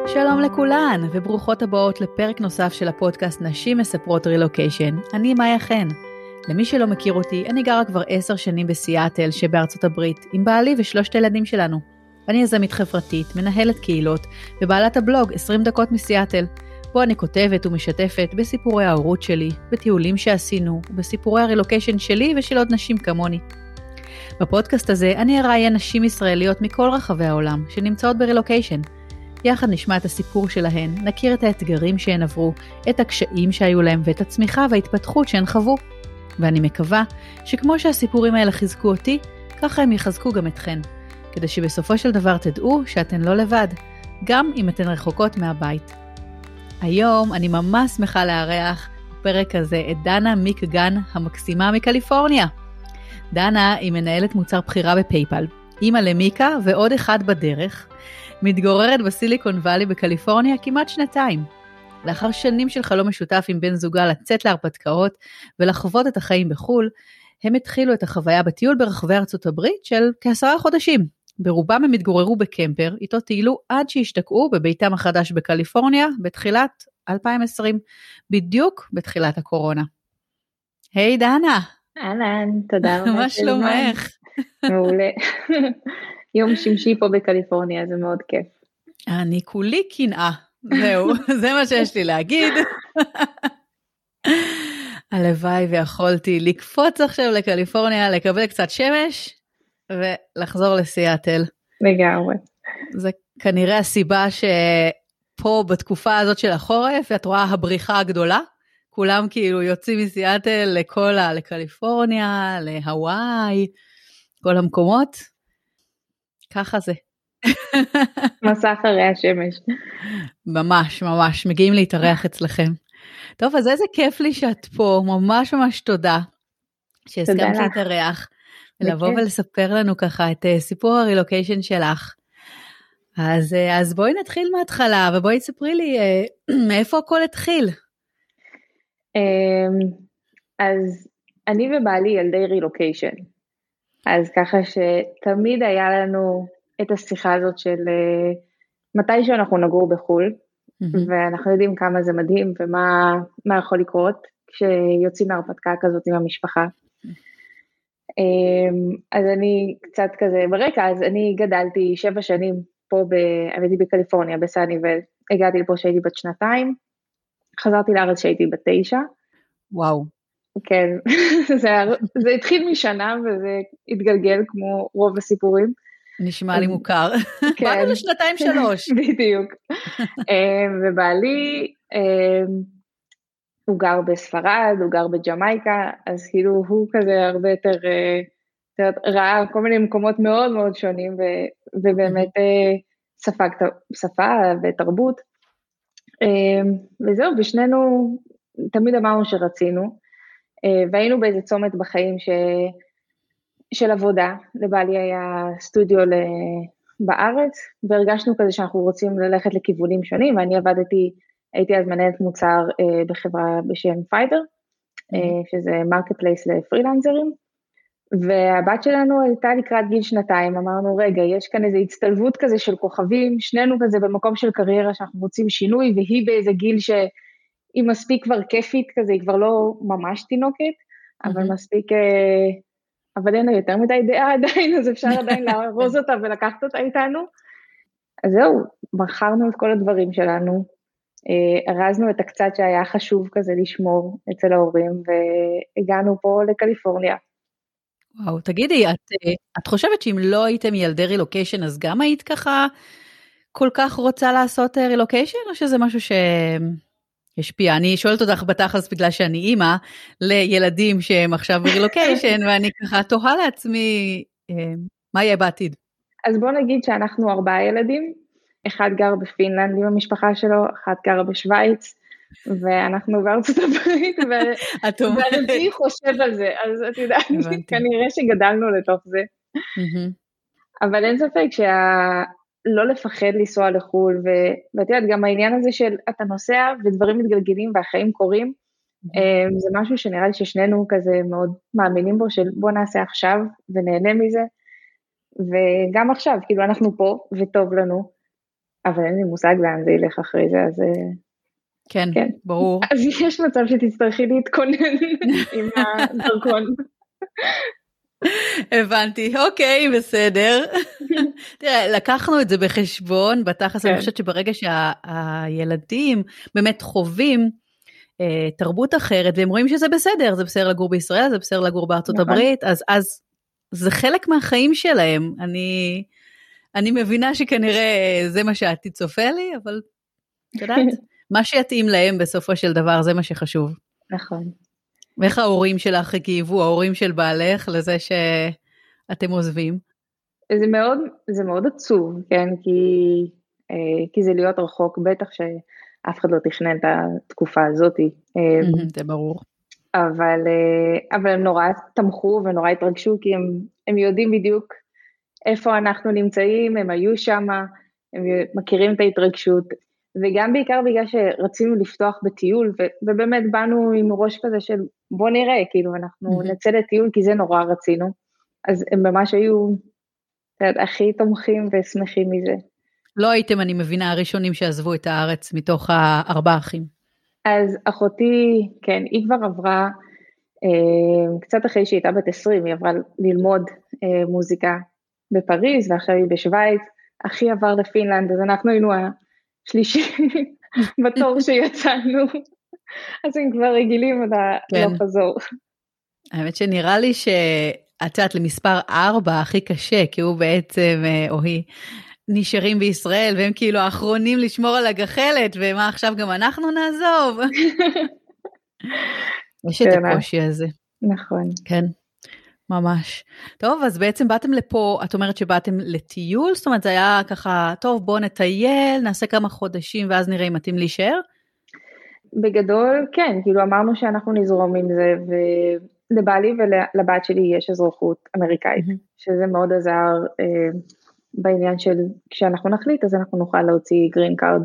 שלום לכולן, וברוכות הבאות לפרק נוסף של הפודקאסט נשים מספרות רילוקיישן. אני מאיה חן. למי שלא מכיר אותי, אני גרה כבר 10 שנים בסיאטל שבארצות הברית, עם בעלי ושלושת הילדים שלנו. אני יזמית חברתית, מנהלת קהילות, ובעלת הבלוג 20 דקות מסיאטל, בו אני כותבת ומשתפת בסיפורי ההורות שלי, בטיולים שעשינו, ובסיפורי הרילוקיישן שלי ושל עוד נשים כמוני. בפודקאסט הזה אני אראיין נשים ישראליות מכל רחבי העולם שנמצאות ברילוקיישן. יחד נשמע את הסיפור שלהן, נכיר את האתגרים שהן עברו, את הקשיים שהיו להם ואת הצמיחה וההתפתחות שהן חוו. ואני מקווה שכמו שהסיפורים האלה חיזקו אותי, ככה הם יחזקו גם אתכן, כדי שבסופו של דבר תדעו שאתן לא לבד, גם אם אתן רחוקות מהבית. היום אני ממש שמחה לארח בפרק הזה את דנה מיק גן המקסימה מקליפורניה. דנה היא מנהלת מוצר בחירה בפייפל, אימא למיקה ועוד אחד בדרך, מתגוררת בסיליקון ואלי בקליפורניה כמעט 2 לאחר שנים של חלום משותף עם בן זוגה לצאת להרפתקאות ולחוות את החיים בחול, הם התחילו את החוויה בטיול ברחבי ארצות הברית של כ10 חודשים. ברובם הם התגוררו בקמפר, איתו טיילו עד שהשתקעו בביתם החדש בקליפורניה בתחילת 2020, בדיוק בתחילת הקורונה. היי דנה. אהלן, תודה רבה. מה שלומך? מעולה. יום שמשי פה בקליפורניה, זה מאוד כיף. אני כולי קנאה, זהו, זה מה שיש לי להגיד. הלוואי ויכולתי לקפוץ עכשיו לקליפורניה, לקבל קצת שמש, ולחזור לסיאטל. לגמרי. זה כנראה הסיבה שפה בתקופה הזאת של החורף, את רואה הבריחה הגדולה, כולם כאילו יוצאים מסיאטל לקליפורניה, להוואי, כל המקומות. ככה זה. מסע אחרי השמש. ממש, ממש, מגיעים להתארח אצלכם. טוב, אז איזה כיף לי שאת פה, ממש ממש תודה, שהסכמת להתארח, ולבוא ולספר לנו ככה את סיפור הרילוקיישן שלך. אז בואי נתחיל מההתחלה, ובואי תספרי לי מאיפה הכל התחיל. אז אני ובעלי ילדי רילוקיישן. אז ככה שתמיד היה לנו את השיחה הזאת של מתי שאנחנו נגור בחול, ואנחנו יודעים כמה זה מדהים ומה יכול לקרות כשיוצאים להרפתקה כזאת עם המשפחה. אז אני קצת כזה ברקע, אז אני גדלתי 7 שנים פה, הייתי בקליפורניה, בסני, והגעתי לפה שהייתי בת 2, חזרתי לארץ שהייתי בת 9. וואו. כן, זה התחיל משנה וזה התגלגל כמו רוב הסיפורים. נשמע לי מוכר. באנו ל2-3. בדיוק. ובעלי, הוא גר בספרד, הוא גר בג'מייקה, אז כאילו הוא כזה הרבה יותר, ראה כל מיני מקומות מאוד מאוד שונים, ובאמת ספג שפה ותרבות. וזהו, ושנינו תמיד אמרנו שרצינו, והיינו באיזה צומת בחיים של עבודה, לבעלי היה סטודיו בארץ, והרגשנו כזה שאנחנו רוצים ללכת לכיוונים שונים, ואני הייתי אז מנהלת מוצר בחברה בשם פייבר, שזה מרקט פלייס לפרילנסרים, והבת שלנו הייתה לקראת גיל 2, אמרנו רגע, יש כאן איזו הצטלבות כזה של כוכבים, שנינו כזה במקום של קריירה שאנחנו רוצים שינוי, והיא באיזה גיל שהיא מספיק כבר כיפית כזה, היא כבר לא ממש תינוקת, אבל מספיק, אבל אין לה יותר מדי דעה עדיין, אז אפשר עדיין להרוז אותה ולקחת אותה איתנו. אז זהו, מכרנו את כל הדברים שלנו, הרזנו את הקצת שהיה חשוב כזה לשמור אצל ההורים, והגענו פה לקליפורניה. וואו, תגידי, את חושבת שאם לא הייתם ילדי רילוקיישן, אז גם היית ככה כל כך רוצה לעשות רילוקיישן, או שזה משהו שהשפיע? אני שואלת אותך בתכלס בגלל שאני אימא לילדים שהם עכשיו ברילוקיישן, ואני ככה תוהה לעצמי מה יהיה בעתיד. אז בוא נגיד שאנחנו 4 ילדים, אחד גר בפינלנד עם המשפחה שלו, אחד גר בשוויץ, ואנחנו בארצות הברית, והרביעי חושב על זה, אז את יודעת, כנראה שגדלנו לתוך זה. אבל אין ספק לא לפחד לנסוע לחול, ואת יודעת, גם העניין הזה של אתה נוסע ודברים מתגלגלים והחיים קורים, זה משהו שנראה לי ששנינו כזה מאוד מאמינים בו, של בוא נעשה עכשיו ונהנה מזה, וגם עכשיו, כאילו אנחנו פה וטוב לנו, אבל אין לי מושג לאן זה ילך אחרי זה, אז כן, כן. ברור. אז יש מצב שתצטרכי להתכונן עם הדרכון. הבנתי, אוקיי, בסדר. תראה, לקחנו את זה בחשבון, בתכלס אני חושבת שברגע שהילדים באמת חווים תרבות אחרת, והם רואים שזה בסדר, זה בסדר לגור בישראל, זה בסדר לגור בארצות הברית, אז זה חלק מהחיים שלהם. אני מבינה שכנראה זה מה שעתיד צופה לי, אבל את יודעת, מה שיתאים להם בסופו של דבר, זה מה שחשוב. נכון. ואיך ההורים שלך הגיבו, ההורים של בעלך, לזה שאתם עוזבים? זה מאוד עצוב, כן, כי זה להיות רחוק, בטח שאף אחד לא תכנן את התקופה הזאת. זה ברור. אבל הם נורא תמכו ונורא התרגשו, כי הם יודעים בדיוק איפה אנחנו נמצאים, הם היו שם, הם מכירים את ההתרגשות, וגם בעיקר בגלל שרצינו לפתוח בטיול, ובאמת באנו עם ראש כזה של בוא נראה, כאילו אנחנו נצא לטיול, כי זה נורא רצינו, אז הם ממש היו הכי תומכים ושמחים מזה. לא הייתם, אני מבינה, הראשונים שעזבו את הארץ מתוך 4 אחים. אז אחותי, כן, היא כבר עברה, קצת אחרי שהיא הייתה בת 20, היא עברה ללמוד מוזיקה בפריז, ועכשיו היא בשוויץ, אחי עבר לפינלנד, אז אנחנו היינו השלישי בתור שיצאנו, אז הם כבר רגילים לא חזור. האמת שנראה לי שאת יודעת למספר 4 הכי קשה, כי הוא בעצם, או היא, נשארים בישראל, והם כאילו האחרונים לשמור על הגחלת, ומה עכשיו גם אנחנו נעזוב? יש את הקושי הזה. נכון. כן, ממש. טוב, אז בעצם באתם לפה, את אומרת שבאתם לטיול, זאת אומרת זה היה ככה, טוב בוא נטייל, נעשה כמה חודשים, ואז נראה אם מתאים להישאר? בגדול, כן, כאילו אמרנו שאנחנו נזרום עם זה, ולבעלי ולבת שלי יש אזרחות אמריקאית, שזה מאוד עזר בעניין של כשאנחנו נחליט, אז אנחנו נוכל להוציא גרין קארד,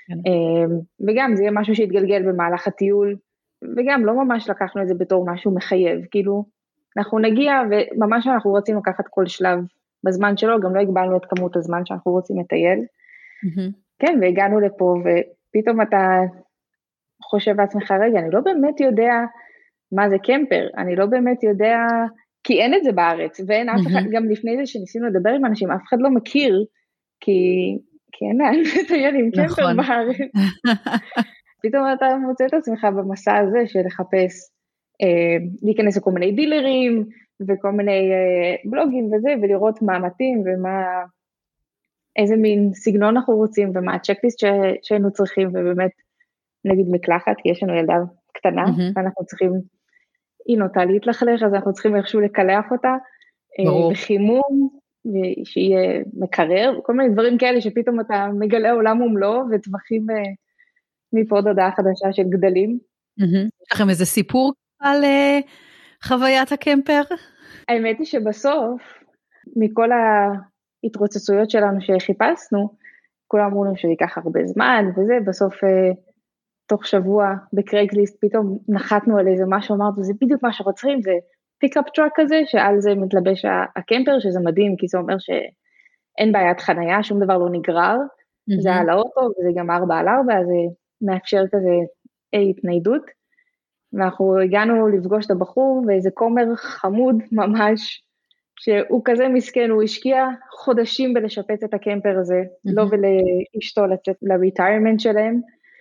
וגם זה יהיה משהו שהתגלגל במהלך הטיול, וגם לא ממש לקחנו את זה בתור משהו מחייב, כאילו אנחנו נגיע וממש אנחנו רוצים לקחת כל שלב בזמן שלו, גם לא הגבלנו את כמות הזמן שאנחנו רוצים לטייל, כן, והגענו לפה ופתאום אתה חושב בעצמך, רגע, אני לא באמת יודע מה זה קמפר, אני לא באמת יודע, כי אין את זה בארץ, ואין אף אחד, גם לפני זה שניסינו לדבר עם אנשים, אף אחד לא מכיר, כי אין לאן לטייל עם קמפר בארץ. פתאום אתה מוצא את עצמך במסע הזה של לחפש, להיכנס לכל מיני דילרים, וכל מיני בלוגים וזה, ולראות מה מתאים, איזה מין סגנון אנחנו רוצים, ומה הצ'קליסט שהיינו צריכים, ובאמת נגיד מקלחת, כי יש לנו ילדה קטנה, ואנחנו צריכים, היא נוטה להתלכלך, אז אנחנו צריכים איכשהו לקלח אותה, בחימום, שיהיה מקרר, כל מיני דברים כאלה שפתאום אתה מגלה עולם ומלואו, וטווחים מפה עוד הודעה חדשה של גדלים. יש לכם איזה סיפור על חוויית הקמפר? האמת היא שבסוף, מכל ההתרוצצויות שלנו שחיפשנו, כולם אמרו לנו שזה ייקח הרבה זמן, וזה בסוף תוך שבוע בקרייגליסט, פתאום נחתנו על איזה משהו, אמרנו, זה בדיוק מה שרוצים, זה פיק-אפ טראק כזה, שעל זה מתלבש הקמפר, שזה מדהים, כי זה אומר שאין בעיית חנייה, שום דבר לא נגרר, זה על האוטו, וזה גם 4x4, אז זה מאפשר כזה התניידות, ואנחנו הגענו לפגוש את הבחור, ואיזה כומר חמוד ממש, שהוא כזה מסכן, הוא השקיע חודשים בלשפץ את הקמפר הזה, לא ולאשתו לצאת לריטיירמנט שלהם,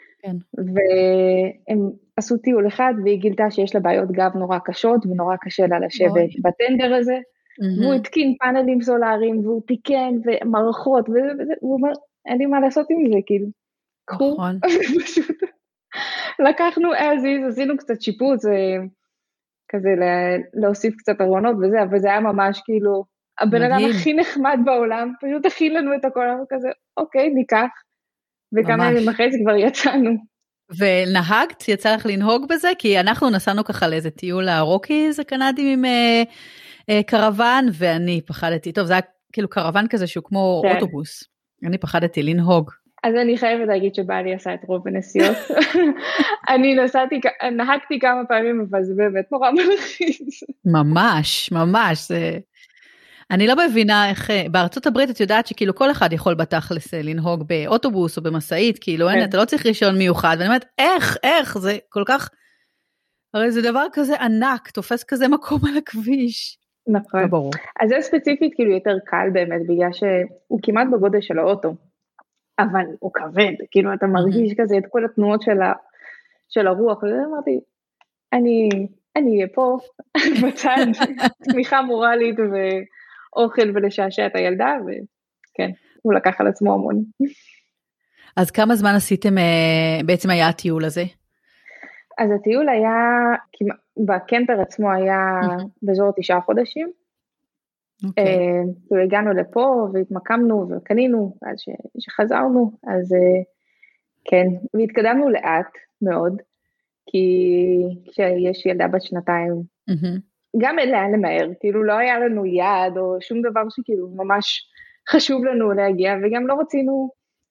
והם עשו טיול אחד, והיא גילתה שיש לה בעיות גב נורא קשות, ונורא קשה לה לשבת בטנדר הזה, והוא התקין פאנלים סולאריים, והוא תיקן, ומערכות, והוא אומר, אין לי מה לעשות עם זה, כאילו, קחו, פשוט, לקחנו as is, עשינו קצת שיפוץ, כזה להוסיף קצת ארונות וזה, אבל זה היה ממש כאילו, הבן אדם הכי נחמד בעולם, פשוט הכין לנו את הכל, כזה, אוקיי, ניקח, וכמה ימים אחרי זה כבר יצאנו. ונהגת? יצא לך לנהוג בזה? כי אנחנו נסענו ככה לאיזה טיול הרוקיז הקנדים עם קרוון, ואני פחדתי, טוב, זה היה כאילו קרוון כזה שהוא כמו אוטובוס, אני פחדתי לנהוג. אז אני חייבת להגיד שבעלי עשה את רוב הנסיעות, אני נהגתי כמה פעמים, אבל זה באמת נורא מלחיץ. ממש, ממש, אני לא מבינה איך, בארצות הברית את יודעת שכאילו כל אחד יכול בתכלס לנהוג באוטובוס או במסעית, כאילו אין, אתה לא צריך רישיון מיוחד, ואני אומרת, איך, זה כל כך, הרי זה דבר כזה ענק, תופס כזה מקום על הכביש. נכון. לא ברור. אז זה ספציפית כאילו יותר קל באמת, בגלל שהוא כמעט בגודל של האוטו, אבל הוא כבד, כאילו אתה מרגיש כזה את כל התנועות של הרוח, ואמרתי, אני אהיה פה בצד, תמיכה מורלית ואוכל ולשעשע את הילדה, וכן, הוא לקח על עצמו המון. אז כמה זמן עשיתם, בעצם היה הטיול הזה? אז הטיול היה, בקמפר עצמו היה באזור 9 חודשים, הגענו לפה והתמקמנו וקנינו, אז שחזרנו, אז כן, והתקדמנו לאט מאוד, כי כשיש ילדה בת 2, גם אין לאן למהר, כאילו לא היה לנו יעד או שום דבר שכאילו ממש חשוב לנו להגיע, וגם לא רצינו,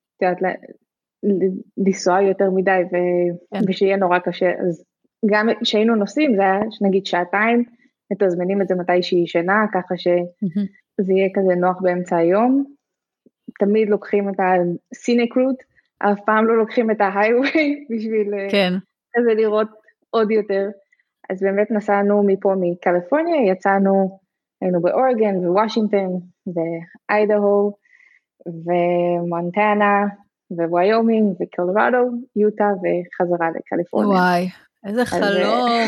לנסוע יותר מדי ושיהיה נורא קשה, אז גם כשהיינו נוסעים, זה היה נגיד 2 שעות, מתזמנים את זה מתי שהיא ישנה, ככה שזה יהיה כזה נוח באמצע היום, תמיד לוקחים את ה-scenic route, אף פעם לא לוקחים את ה-highway בשביל כזה לראות עוד יותר, אז באמת נסענו מפה מקליפורניה, יצאנו, היינו באורגן ווושינגטון ואיידהו ומונטנה וויומינג וקולורדו, יוטה וחזרה לקליפורניה. וואי, איזה חלום.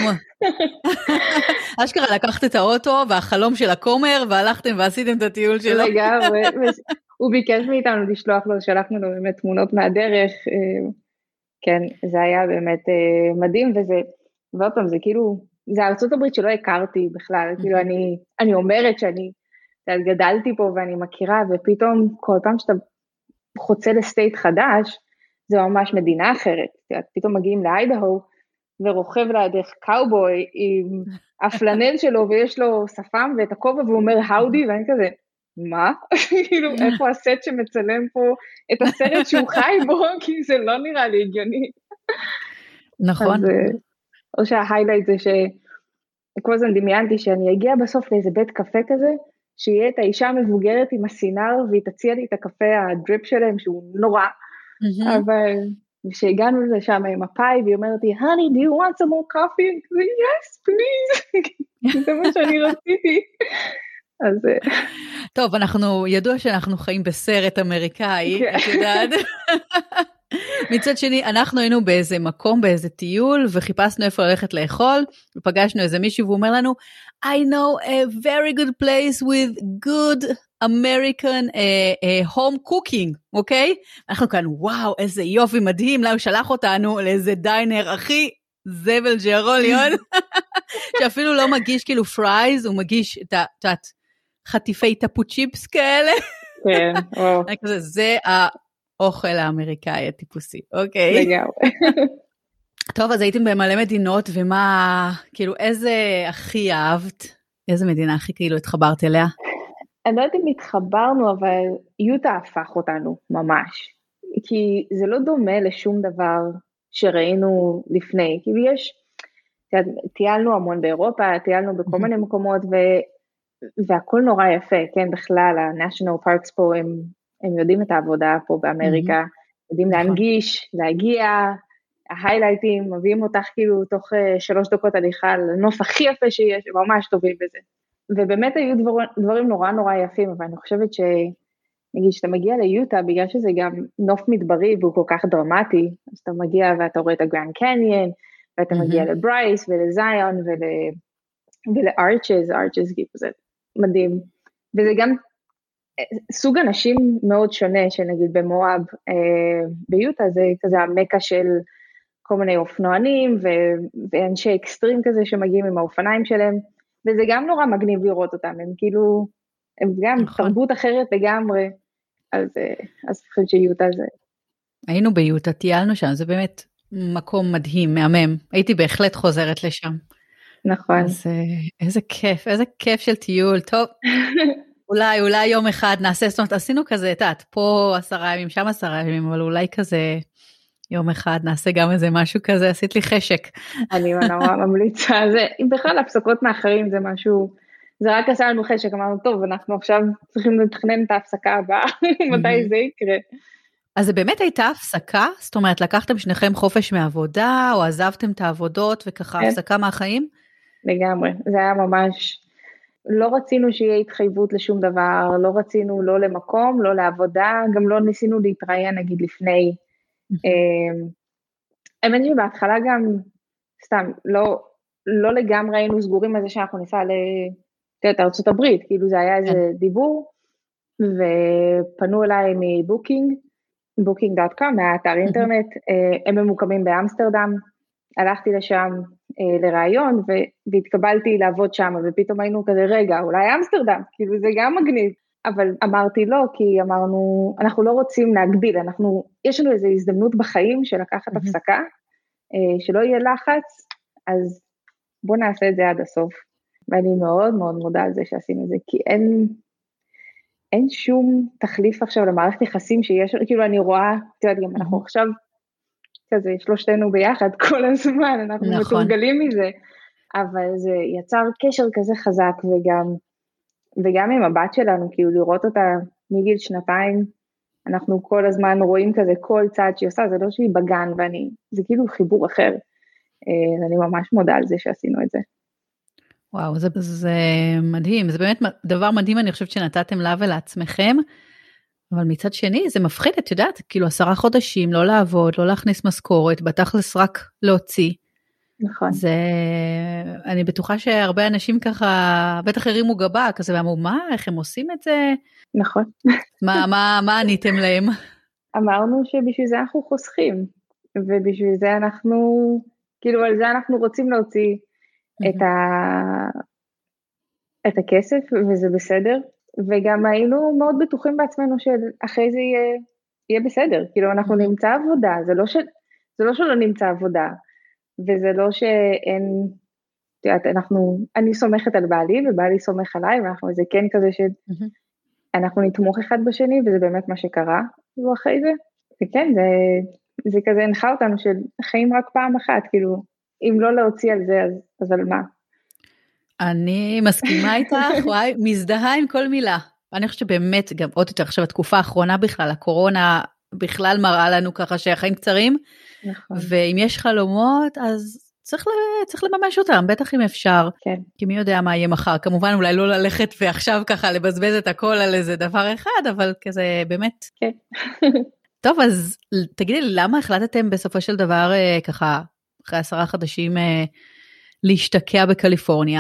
אשכרה לקחת את האוטו והחלום של הכומר והלכתם ועשיתם את הטיול שלו. לגמרי, הוא ביקש מאיתנו לשלוח לו, שלחנו לו באמת תמונות מהדרך, כן, זה היה באמת מדהים, ועוד פעם, זה כאילו, זה ארצות הברית שלא הכרתי בכלל, כאילו אני אומרת שאני גדלתי פה ואני מכירה, ופתאום כל פעם שאתה חוצה לסטייט חדש, זה ממש מדינה אחרת, פתאום מגיעים לאיידהו, ורוכב לידך קאובוי עם הפלנל שלו, ויש לו שפם ואת הכובע, והוא אומר האודי, ואני כזה, מה? כאילו, איפה הסט שמצלם פה את הסרט שהוא חי בו, כי זה לא נראה לי הגיוני. נכון. או שההיילייט זה כל הזמן דמיינתי שאני אגיע בסוף לאיזה בית קפה כזה, שיהיה את האישה המבוגרת עם הסינר, והיא תציע לי את הקפה הדריפ שלהם, שהוא נורא, אבל כשהגענו לשם עם הפאי, והיא אומרת לי, honey, do you want some more coffee? אני כזה, yes, please. זה מה שאני רציתי. אז טוב, ידוע שאנחנו חיים בסרט אמריקאי, את יודעת. מצד שני, אנחנו היינו באיזה מקום, באיזה טיול, וחיפשנו איפה ללכת לאכול, ופגשנו איזה מישהו, והוא אומר לנו, I know a very good place with good American home cooking, אוקיי? אנחנו כאן, וואו, איזה יופי מדהים, הוא שלח אותנו לאיזה דיינר הכי זבל ג'רוליון, שאפילו לא מגיש כאילו פרייז, הוא מגיש את חטיפי טפו צ'יפס כאלה. כן, וואו. זה האוכל האמריקאי הטיפוסי, אוקיי? לגמרי. טוב, אז הייתם במלא מדינות, ומה, כאילו, איזה הכי אהבת? איזה מדינה הכי כאילו התחברת אליה? אני לא יודעת אם התחברנו, אבל יוטה הפך אותנו ממש. כי זה לא דומה לשום דבר שראינו לפני. כאילו טיילנו המון באירופה, טיילנו בכל מיני מקומות, והכל נורא יפה, כן, בכלל, ה-National Parks פה, הם יודעים את העבודה פה באמריקה, יודעים להנגיש, להגיע, ההיילייטים, מביאים אותך כאילו תוך 3 דקות הליכה, לנוף הכי יפה שיש, ממש טובים בזה. ובאמת היו דברים נורא נורא יפים, אבל אני חושבת נגיד שאתה מגיע ליוטה, בגלל שזה גם נוף מדברי, והוא כל כך דרמטי, אז אתה מגיע ואתה רואה את הגרנד קניון, ואתה מגיע לברייס ולזיון ולארצ'ז, זה מדהים. וזה גם סוג אנשים מאוד שונה, שנגיד במואב, ביוטה, זה כזה המקה של כל מיני אופנוענים, ואנשי אקסטרים כזה שמגיעים עם האופניים שלהם, וזה גם נורא מגניב לראות אותם, הם כאילו, הם גם תרבות אחרת לגמרי, אז אני חושבת שיוטה זה. היינו ביוטה, טיילנו שם, זה באמת מקום מדהים, מהמם, הייתי בהחלט חוזרת לשם. נכון. אז איזה כיף של טיול, טוב, אולי יום אחד נעשה, זאת אומרת, עשינו כזה, פה 10 ימים, שם 10 ימים, אבל אולי כזה יום אחד נעשה גם איזה משהו כזה, עשית לי חשק. אני נורא ממליצה, בכלל הפסקות מאחרים זה משהו זה רק עשה לנו חשק, אמרנו, טוב, אנחנו עכשיו צריכים לתכנן את ההפסקה הבאה, מתי זה יקרה. אז זה באמת הייתה הפסקה? זאת אומרת, לקחתם שניכם חופש מעבודה, או עזבתם את העבודות, וככה הפסקה מהחיים? לגמרי, זה היה ממש, לא רצינו שיהיה התחייבות לשום דבר, לא רצינו לא למקום, לא לעבודה, גם לא ניסינו להתראיין נגיד לפני. האמת שבהתחלה גם, סתם, לא לגמרי היינו סגורים על זה שאנחנו ניסע לארצות הברית, כאילו זה היה איזה דיבור, ופנו אליי מבוקינג.com, מהאתר אינטרנט, הם ממוקמים באמסטרדם, הלכתי לשם לרעיון, והתקבלתי לעבוד שם, ופתאום היינו כזה, רגע, אולי אמסטרדם, כאילו זה גם מגניב, אבל אמרתי לא, כי אמרנו, אנחנו לא רוצים להגביל, יש לנו איזו הזדמנות בחיים של לקחת הפסקה, שלא יהיה לחץ, אז בוא נעשה את זה עד הסוף, ואני מאוד מאוד מודה על זה שעשינו את זה, כי אין שום תחליף עכשיו למערכת יחסים שיש, כאילו אני רואה, תראי, גם אנחנו עכשיו, כזה שלושתנו ביחד כל הזמן, אנחנו מתורגלים מזה, אבל זה יצר קשר כזה חזק, וגם עם הבת שלנו, כאילו לראות אותה מגיל 2, אנחנו כל הזמן רואים כזה כל צעד שהיא עושה, זה לא שהיא בגן, זה כאילו חיבור אחר, אני ממש מודה על זה שעשינו את זה. וואו, זה מדהים, זה באמת דבר מדהים, אני חושבת שנתתם לה ולעצמכם, אבל מצד שני זה מפחיד, את יודעת, כאילו 10 חודשים לא לעבוד, לא להכניס משכורת, בתכלס רק להוציא. נכון. אני בטוחה שהרבה אנשים ככה, בטח הרימו גבה, כזה ואמרו, מה, איך הם עושים את זה? נכון. מה עניתם להם? אמרנו שבשביל זה אנחנו חוסכים, ובשביל זה כאילו על זה אנחנו רוצים להוציא את הכסף, וזה בסדר, וגם היינו מאוד בטוחים בעצמנו שאחרי זה יהיה בסדר, כאילו אנחנו נמצא עבודה, זה לא שלא נמצא עבודה, וזה לא שאין, אני סומכת על בעלי, ובעלי סומך עליי, ואנחנו זה כן כזה שאנחנו נתמוך אחד בשני, וזה באמת מה שקרה, ואחרי זה, וכן, זה כזה הנחה אותנו שחיים רק פעם אחת, כאילו, אם לא להוציא על זה, אז על מה? אני מסכימה איתך, וואי, מזדהה עם כל מילה. אני חושבת שבאמת, גם עוד יותר עכשיו, התקופה האחרונה בכלל, הקורונה בכלל מראה לנו ככה שהחיים קצרים, נכון. ואם יש חלומות, אז צריך לממש אותם, בטח אם אפשר, כן. כי מי יודע מה יהיה מחר, כמובן אולי לא ללכת ועכשיו ככה לבזבז את הכל על איזה דבר אחד, אבל כזה באמת. כן. טוב, אז תגידי לי, למה החלטתם בסופו של דבר ככה, אחרי 10 חודשים להשתקע בקליפורניה?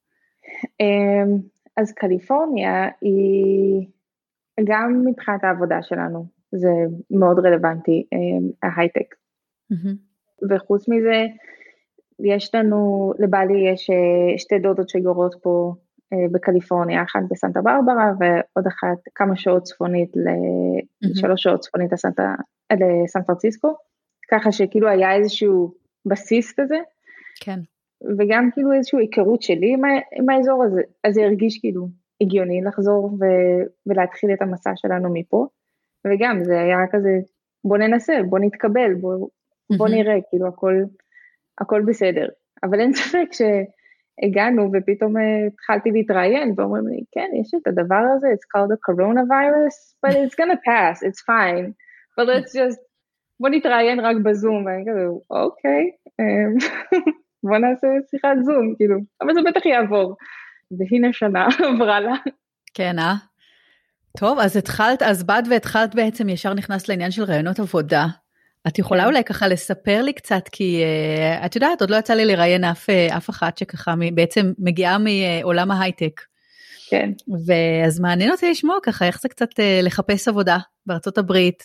אז קליפורניה היא גם מבחינת העבודה שלנו, זה מאוד רלוונטי, ההייטק. וחוץ מזה, לבעלי יש 2 דודות שגורות פה בקליפורניה, אחת בסנטה ברברה, ועוד אחת כמה שעות צפונית, 3 שעות צפונית לסן פרנסיסקו, ככה שכאילו היה איזשהו בסיס כזה, כן. וגם כאילו איזושהי היכרות שלי עם האזור הזה, אז זה הרגיש כאילו הגיוני לחזור ולהתחיל את המסע שלנו מפה, וגם זה היה כזה, בוא ננסה, בוא נתקבל, בוא נראה, כאילו הכל בסדר, אבל אין ספק שהגענו ופתאום התחלתי להתראיין, ואומרים לי, כן, יש את הדבר הזה, it's called a coronavirus, but it's gonna pass, it's fine, but let's just, בוא נתראיין רק בזום, ואני כזה, אוקיי, בוא נעשה שיחת זום, כאילו, אבל זה בטח יעבור, והנה שנה עברה לה. כן, טוב, אז באת והתחלת בעצם ישר נכנס לעניין של רעיונות עבודה, את יכולה אולי ככה לספר לי קצת, כי את יודעת, עוד לא יצא לי לראיין אף אחת שככה בעצם מגיעה מעולם ההייטק. כן. ואז מעניין אותי לשמוע ככה, איך זה קצת לחפש עבודה בארצות הברית,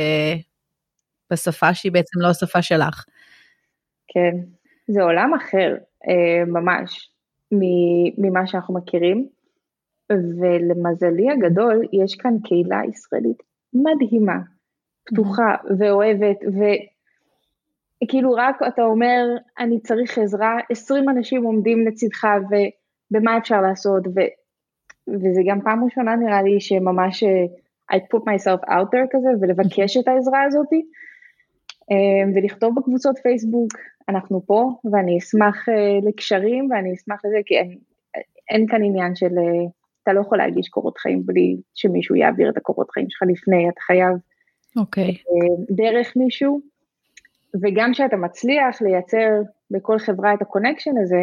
בשפה שהיא בעצם לא השפה שלך. כן, זה עולם אחר, ממש, ממה שאנחנו מכירים, ולמזלי הגדול, יש כאן קהילה ישראלית מדהימה, פתוחה ואוהבת, וכאילו רק אתה אומר, אני צריך עזרה, 20 אנשים עומדים לצדך, ובמה אפשר לעשות, וזה גם פעם ראשונה נראה לי, שממש I put myself out there כזה, ולבקש את העזרה הזאת, ולכתוב בקבוצות פייסבוק, אנחנו פה, ואני אשמח לקשרים, ואני אשמח לזה, כי אין כאן עניין של, אתה לא יכול להגיש קורות חיים בלי שמישהו יעביר את הקורות חיים שלך לפני, אתה חייב דרך מישהו, וגם שאתה מצליח לייצר בכל חברה את הקונקשן הזה,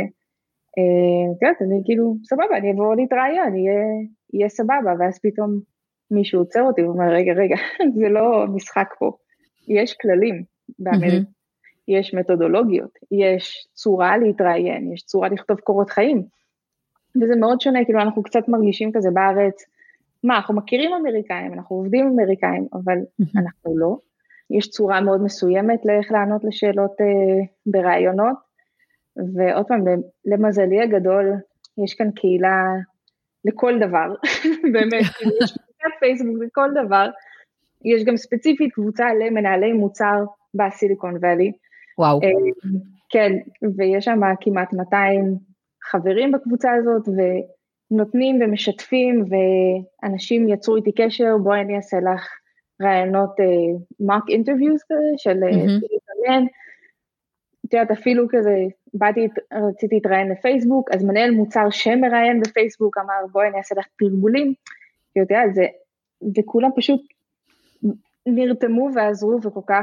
אני כאילו, סבבה, אני אבוא להתראיין, יהיה סבבה, ואז פתאום מישהו עוצר אותי, ואומר, רגע, זה לא משחק פה, יש כללים באמריקה, יש מתודולוגיות, יש צורה להתראיין, יש צורה לכתוב קורות חיים, וזה מאוד שונה, כאילו אנחנו קצת מרגישים כזה בארץ, אנחנו מכירים אמריקאים, אנחנו עובדים אמריקאים, אבל אנחנו לא, יש צורה מאוד מסוימת לאיך לענות לשאלות ברעיונות, ועוד פעם, למזלי הגדול, יש כאן קהילה לכל דבר, באמת, יש קבוצת פייסבוק לכל דבר, יש גם ספציפית קבוצה למנהלי מוצר בסיליקון ואלי, וואו. כן, ויש שם כמעט 200 חברים בקבוצה הזאת, ונותנים ומשתפים, ואנשים יצרו איתי קשר, בואי אני אעשה לך רעיונות mock interviews של להתראיין, את יודעת, אפילו כזה, רציתי להתראיין לפייסבוק, אז מנהל מוצר שמראיין בפייסבוק, אמר בואי אני אעשה לך תרגולים, כי אתה יודע, וכולם פשוט נרתמו ועזרו,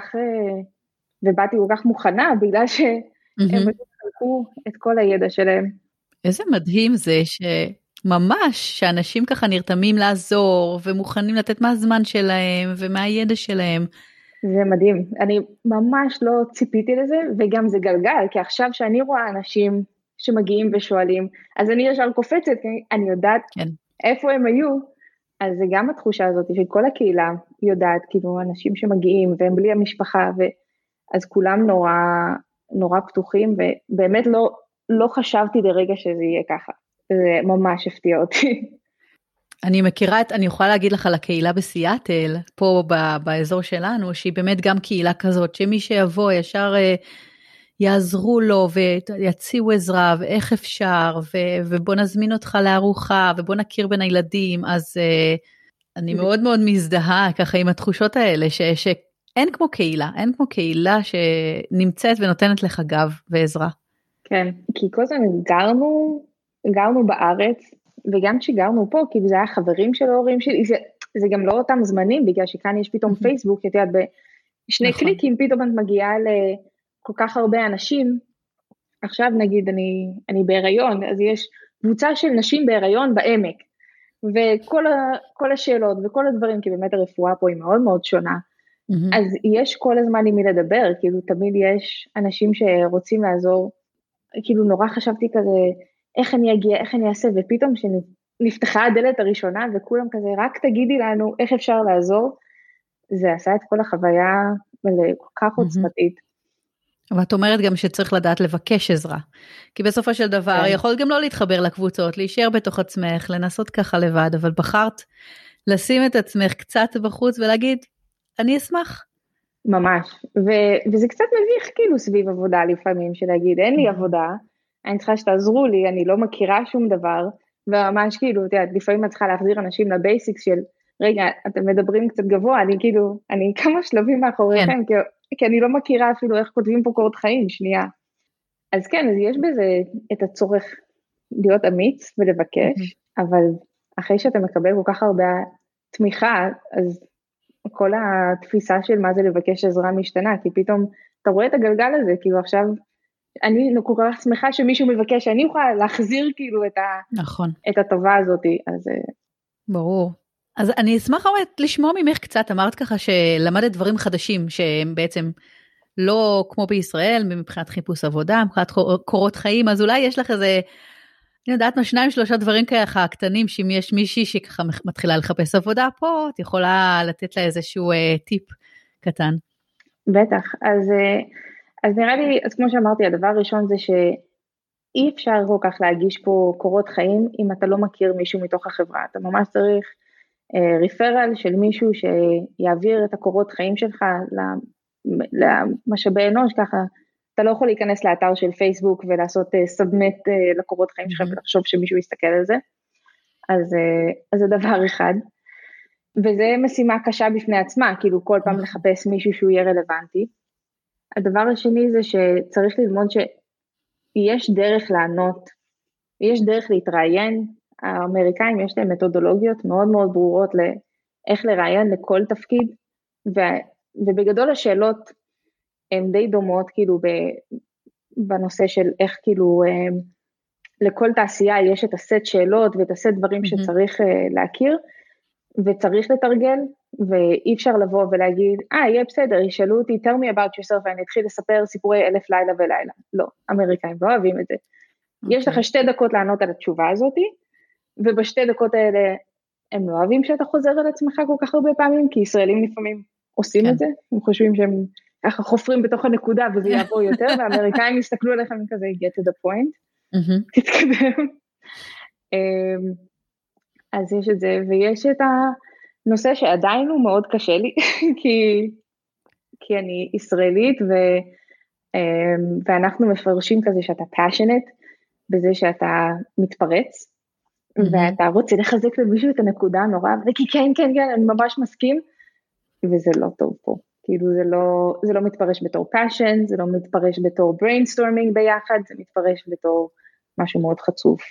ובאתי כל כך מוכנה, בגלל שהם חלקו את כל הידע שלהם. איזה מדהים זה שממש, שאנשים ככה נרתמים לעזור, ומוכנים לתת מהזמן שלהם, ומהידע שלהם. זה מדהים, אני ממש לא ציפיתי לזה, וגם זה גלגל, כי עכשיו שאני רואה אנשים שמגיעים ושואלים, אז אני ישר קופצת, אני יודעת איפה הם היו, אז זה גם התחושה הזאת, שכל הקהילה יודעת, כאילו אנשים שמגיעים, והם בלי המשפחה, אז כולם נורא פתוחים, ובאמת לא חשבתי לרגע שזה יהיה ככה, זה ממש הפתיע אותי. אני מכירה אני יכולה להגיד לך על הקהילה בסיאטל, פה באזור שלנו, שהיא באמת גם קהילה כזאת, שמי שיבוא ישר יעזרו לו ויציעו עזרה, ואיך אפשר, ובוא נזמין אותך לארוחה, ובוא נכיר בין הילדים, אז אני מאוד מאוד מזדהה ככה עם התחושות האלה, שאין כמו קהילה, אין כמו קהילה שנמצאת ונותנת לך גב ועזרה. כן, כי כל הזמן גרנו בארץ, וגם כשגרנו פה, כי זה היה חברים של ההורים שלי, זה גם לא אותם זמנים, בגלל שכאן יש פתאום פייסבוק, את יודעת, בשני קליקים, פתאום את מגיעה לכל כך הרבה אנשים, עכשיו נגיד אני בהיריון, אז יש קבוצה של נשים בהיריון בעמק, וכל השאלות וכל הדברים, כי באמת הרפואה פה היא מאוד מאוד שונה, אז יש כל הזמן עם מי לדבר, כאילו תמיד יש אנשים שרוצים לעזור, כאילו נורא חשבתי כזה, איך אני אגיע, איך אני אעשה, ופתאום שנפתחה הדלת הראשונה, וכולם כזה, רק תגידי לנו איך אפשר לעזור, זה עשה את כל החוויה כל כך עוצמתית. ואת אומרת גם שצריך לדעת לבקש עזרה, כי בסופו של דבר יכול גם לא להתחבר לקבוצות, להישאר בתוך עצמך, לנסות ככה לבד, אבל בחרת לשים את עצמך קצת בחוץ ולהגיד, אני אשמח. ממש, וזה קצת מביך כאילו סביב עבודה לפעמים, שלהגיד אין לי עבודה, אני צריכה שתעזרו לי, אני לא מכירה שום דבר, וממש כאילו, לפעמים את צריכה להחזיר אנשים לבייסיקס של, רגע, אתם מדברים קצת גבוה, אני כמה שלבים מאחוריכם, כי אני לא מכירה אפילו איך כותבים פה קורות חיים, שנייה. אז כן, אז יש בזה את הצורך להיות אמיץ ולבקש, אבל אחרי שאתה מקבל כל כך הרבה תמיכה, אז כל התפיסה של מה זה לבקש עזרה משתנה, כי פתאום אתה רואה את הגלגל הזה, כאילו עכשיו, אני כל כך שמחה שמישהו מבקש, שאני אוכל להחזיר כאילו את הטובה הזאת, אז... ברור. אז אני אשמח לשמוע ממך קצת, אמרת ככה שלמדת דברים חדשים, שהם בעצם לא כמו בישראל, מבחינת חיפוש עבודה, מבחינת קורות חיים, אז אולי יש לך איזה, אני יודעת מה, 2-3 דברים ככה קטנים, שאם יש מישהי שככה מתחילה לחפש עבודה פה, את יכולה לתת לה איזשהו טיפ קטן. בטח, אז נראה לי, אז כמו שאמרתי, הדבר הראשון זה שאי אפשר כל כך להגיש פה קורות חיים, אם אתה לא מכיר מישהו מתוך החברה, אתה ממש צריך ריפרל של מישהו שיעביר את הקורות חיים שלך למשאבי אנוש, ככה אתה לא יכול להיכנס לאתר של פייסבוק ולעשות סאבמיט לקורות חיים שלך ולחשוב שמישהו יסתכל על זה, אז זה דבר אחד, וזה משימה קשה בפני עצמה, כאילו כל פעם לחפש מישהו שהוא יהיה רלוונטי. הדבר השני זה שצריך ללמוד שיש דרך לענות ויש דרך להתראיין, האמריקאים יש להם מתודולוגיות מאוד מאוד ברורות לאיך לראיין לכל תפקיד, ובגדול השאלות הן די דומות כאילו בנושא של איך כאילו לכל תעשייה יש את הסט שאלות ואת הסט דברים שצריך להכיר, וצריך לתרגל, ואי אפשר לבוא ולהגיד, יהיה בסדר, ישאלו אותי, tell me about yourself, ואני אתחיל לספר סיפורי 1000 לילה ולילה. לא, אמריקאים לא אוהבים את זה. יש לך 2 דקות לענות על התשובה הזאת, ובשתי דקות האלה, הם לא אוהבים שאתה חוזר על עצמך כל כך הרבה פעמים, כי ישראלים לפעמים עושים את זה, הם חושבים שהם ככה חופרים בתוך הנקודה, וזה יעבור יותר, והאמריקאים יסתכלו עליכם כזה, get to the point, תתקדם. אז יש את זה, ויש את הנושא שעדיין הוא מאוד קשה לי, כי אני ישראלית, ואנחנו מפרשים כזה שאתה passionate, בזה שאתה מתפרץ, ואתה רוצה לחזק למישהו את הנקודה נורא, וכי כן, כן, כן, אני ממש מסכים, וזה לא טוב פה. כאילו זה לא מתפרש בתור passion, זה לא מתפרש בתור brainstorming ביחד, זה מתפרש בתור משהו מאוד חצוף.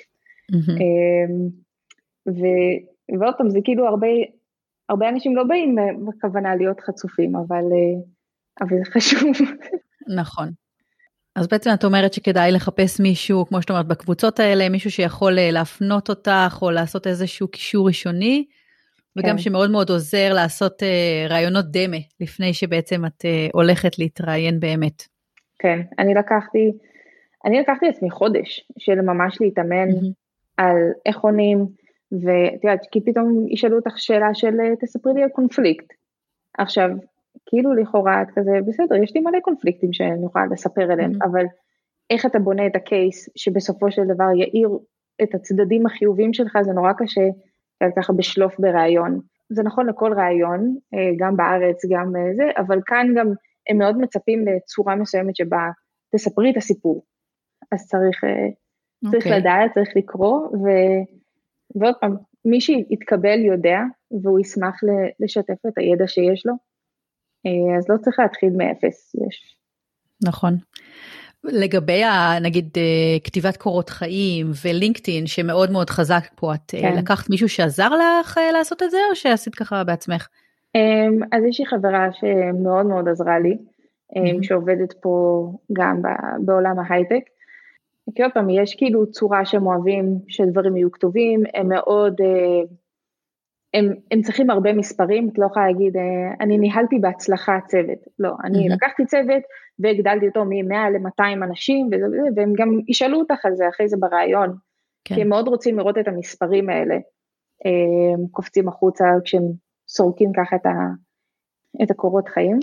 ועוד פעם, זה כאילו הרבה אנשים לא באים בכוונה להיות חצופים, אבל זה חשוב. נכון. אז בעצם את אומרת שכדאי לחפש מישהו, כמו שאת אומרת, בקבוצות האלה, מישהו שיכול להפנות אותך, או לעשות איזשהו קישור ראשוני, וגם שמאוד מאוד עוזר לעשות רעיונות דמה, לפני שבעצם את הולכת להתראיין באמת. כן, אני לקחתי עצמי חודש, של ממש להתאמן על איך עונים, ואת יודעת, כי פתאום ישאלו אותך שאלה של תספרי לי על קונפליקט. עכשיו, כאילו לכאורה את כזה, בסדר, יש לי מלא קונפליקטים שאני יכולה לספר עליהם, אבל איך אתה בונה את הקייס, שבסופו של דבר יאיר את הצדדים החיוביים שלך, זה נורא קשה, ככה בשלוף ברעיון. זה נכון לכל רעיון, גם בארץ, גם זה, אבל כאן גם הם מאוד מצפים לצורה מסוימת שבה תספרי את הסיפור. אז צריך לדעת, צריך לקרוא, ועוד פעם, מי שיתקבל יודע, והוא ישמח לשתף את הידע שיש לו, אז לא צריך להתחיל מאפס, יש. נכון. לגבי, נגיד, כתיבת קורות חיים ולינקדאין, שמאוד מאוד חזק פה, את לקחת מישהו שעזר לך לעשות את זה, או שעשית ככה בעצמך? אז יש לי חברה שמאוד מאוד עזרה לי, שעובדת פה גם בעולם ההייטק, כי עוד פעם, יש כאילו צורה שהם אוהבים שדברים יהיו כתובים, הם מאוד, הם צריכים הרבה מספרים, את לא יכולה להגיד, אני ניהלתי בהצלחה צוות, לא, אני לקחתי צוות והגדלתי אותו מ-100 ל-200 אנשים, והם גם ישאלו אותך על זה אחרי זה ברעיון, כי הם מאוד רוצים לראות את המספרים האלה, קופצים החוצה כשהם סורקים ככה את הקורות חיים,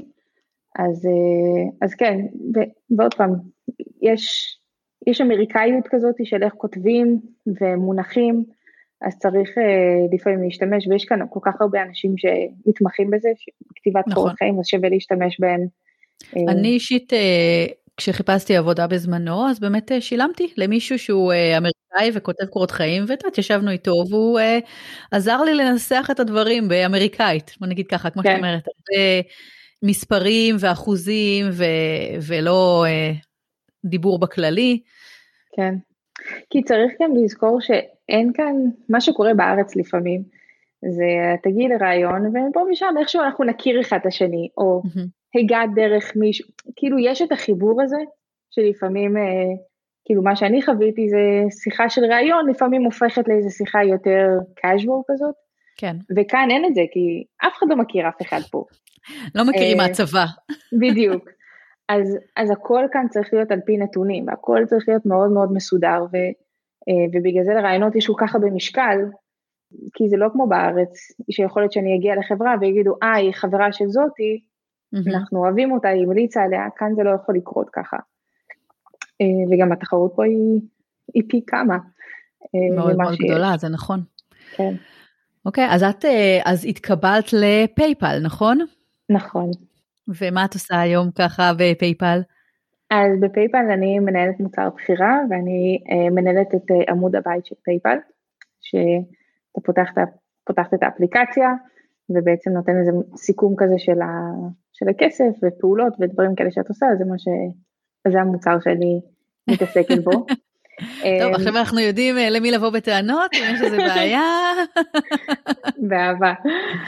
אז כן, ועוד פעם, יש אמריקאיות כזאת של איך כותבים ומונחים, אז צריך לפעמים להשתמש, ויש כאן כל כך הרבה אנשים שמתמחים בזה, כתיבת קורות חיים, אז שווה להשתמש בהם. אני אישית, כשחיפשתי עבודה בזמנו, אז באמת שילמתי למישהו שהוא אמריקאי וכותב קורות חיים, ואת ישבנו איתו, והוא עזר לי לנסח את הדברים באמריקאית, בוא נגיד ככה, כמו שאת אומרת, מספרים ואחוזים, ולא דיבור בכללי. כן, כי צריך גם לזכור שאין כאן, מה שקורה בארץ לפעמים, זה תגיעי לרעיון, ופה ושם איכשהו אנחנו נכיר אחד את השני, או הגעת דרך מישהו, כאילו יש את החיבור הזה, שלפעמים, כאילו מה שאני חוויתי זה שיחה של רעיון, לפעמים הופכת לאיזו שיחה יותר casual כזאת, כן. וכאן אין את זה, כי אף אחד לא מכיר אף אחד פה. לא מכירים מהצבא. בדיוק. אז הכל כאן צריך להיות על פי נתונים, והכל צריך להיות מאוד מאוד מסודר, ובגלל זה לרעיונות יש כל כך הרבה משקל, כי זה לא כמו בארץ, שיכול להיות שאני אגיע לחברה ויגידו, היא חברה של זאתי, אנחנו אוהבים אותה, היא מליצה עליה, כאן זה לא יכול לקרות ככה. וגם התחרות פה היא פי כמה. מאוד מאוד גדולה, זה נכון. כן. אוקיי, אז התקבלת לפייפל, נכון? נכון. ומה את עושה היום ככה בפייפל? אז בפייפל אני מנהלת מוצר בחירה, ואני מנהלת את עמוד הבית של פייפל, שאתה פותחת את האפליקציה, ובעצם נותן איזה סיכום כזה של הכסף, ופעולות ודברים כאלה שאת עושה, זה המוצר שאני מתעסקת בו. טוב, עכשיו אנחנו יודעים למי לבוא בטענות, אם יש איזה בעיה. באהבה.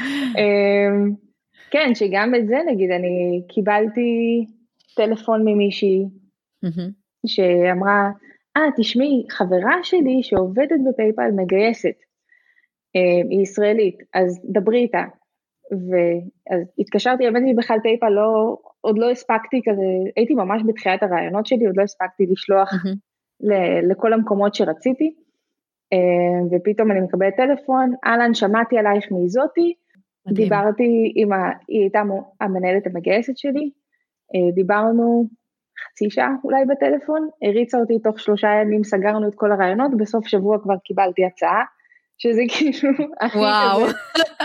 כן, שגם את זה נגיד, אני קיבלתי טלפון ממישהי, שאמרה, תשמעי, חברה שלי שעובדת בפייפל מגייסת, היא ישראלית, אז דברי איתה. ואז התקשרתי, הבאתי בכלל פייפל, עוד לא הספקתי כזה, הייתי ממש בתחילת הרעיונות שלי, עוד לא הספקתי לשלוח לכל המקומות שרציתי, ופתאום אני מקבלת טלפון, אלן, שמעתי עלייך מזאתי, דיברתי היא הייתה המנהלת המגייסת שלי, דיברנו חצי שעה אולי בטלפון, הריצה אותי תוך 3 ימים, סגרנו את כל הרעיונות, בסוף שבוע כבר קיבלתי הצעה, שזה כאילו הכי כזה,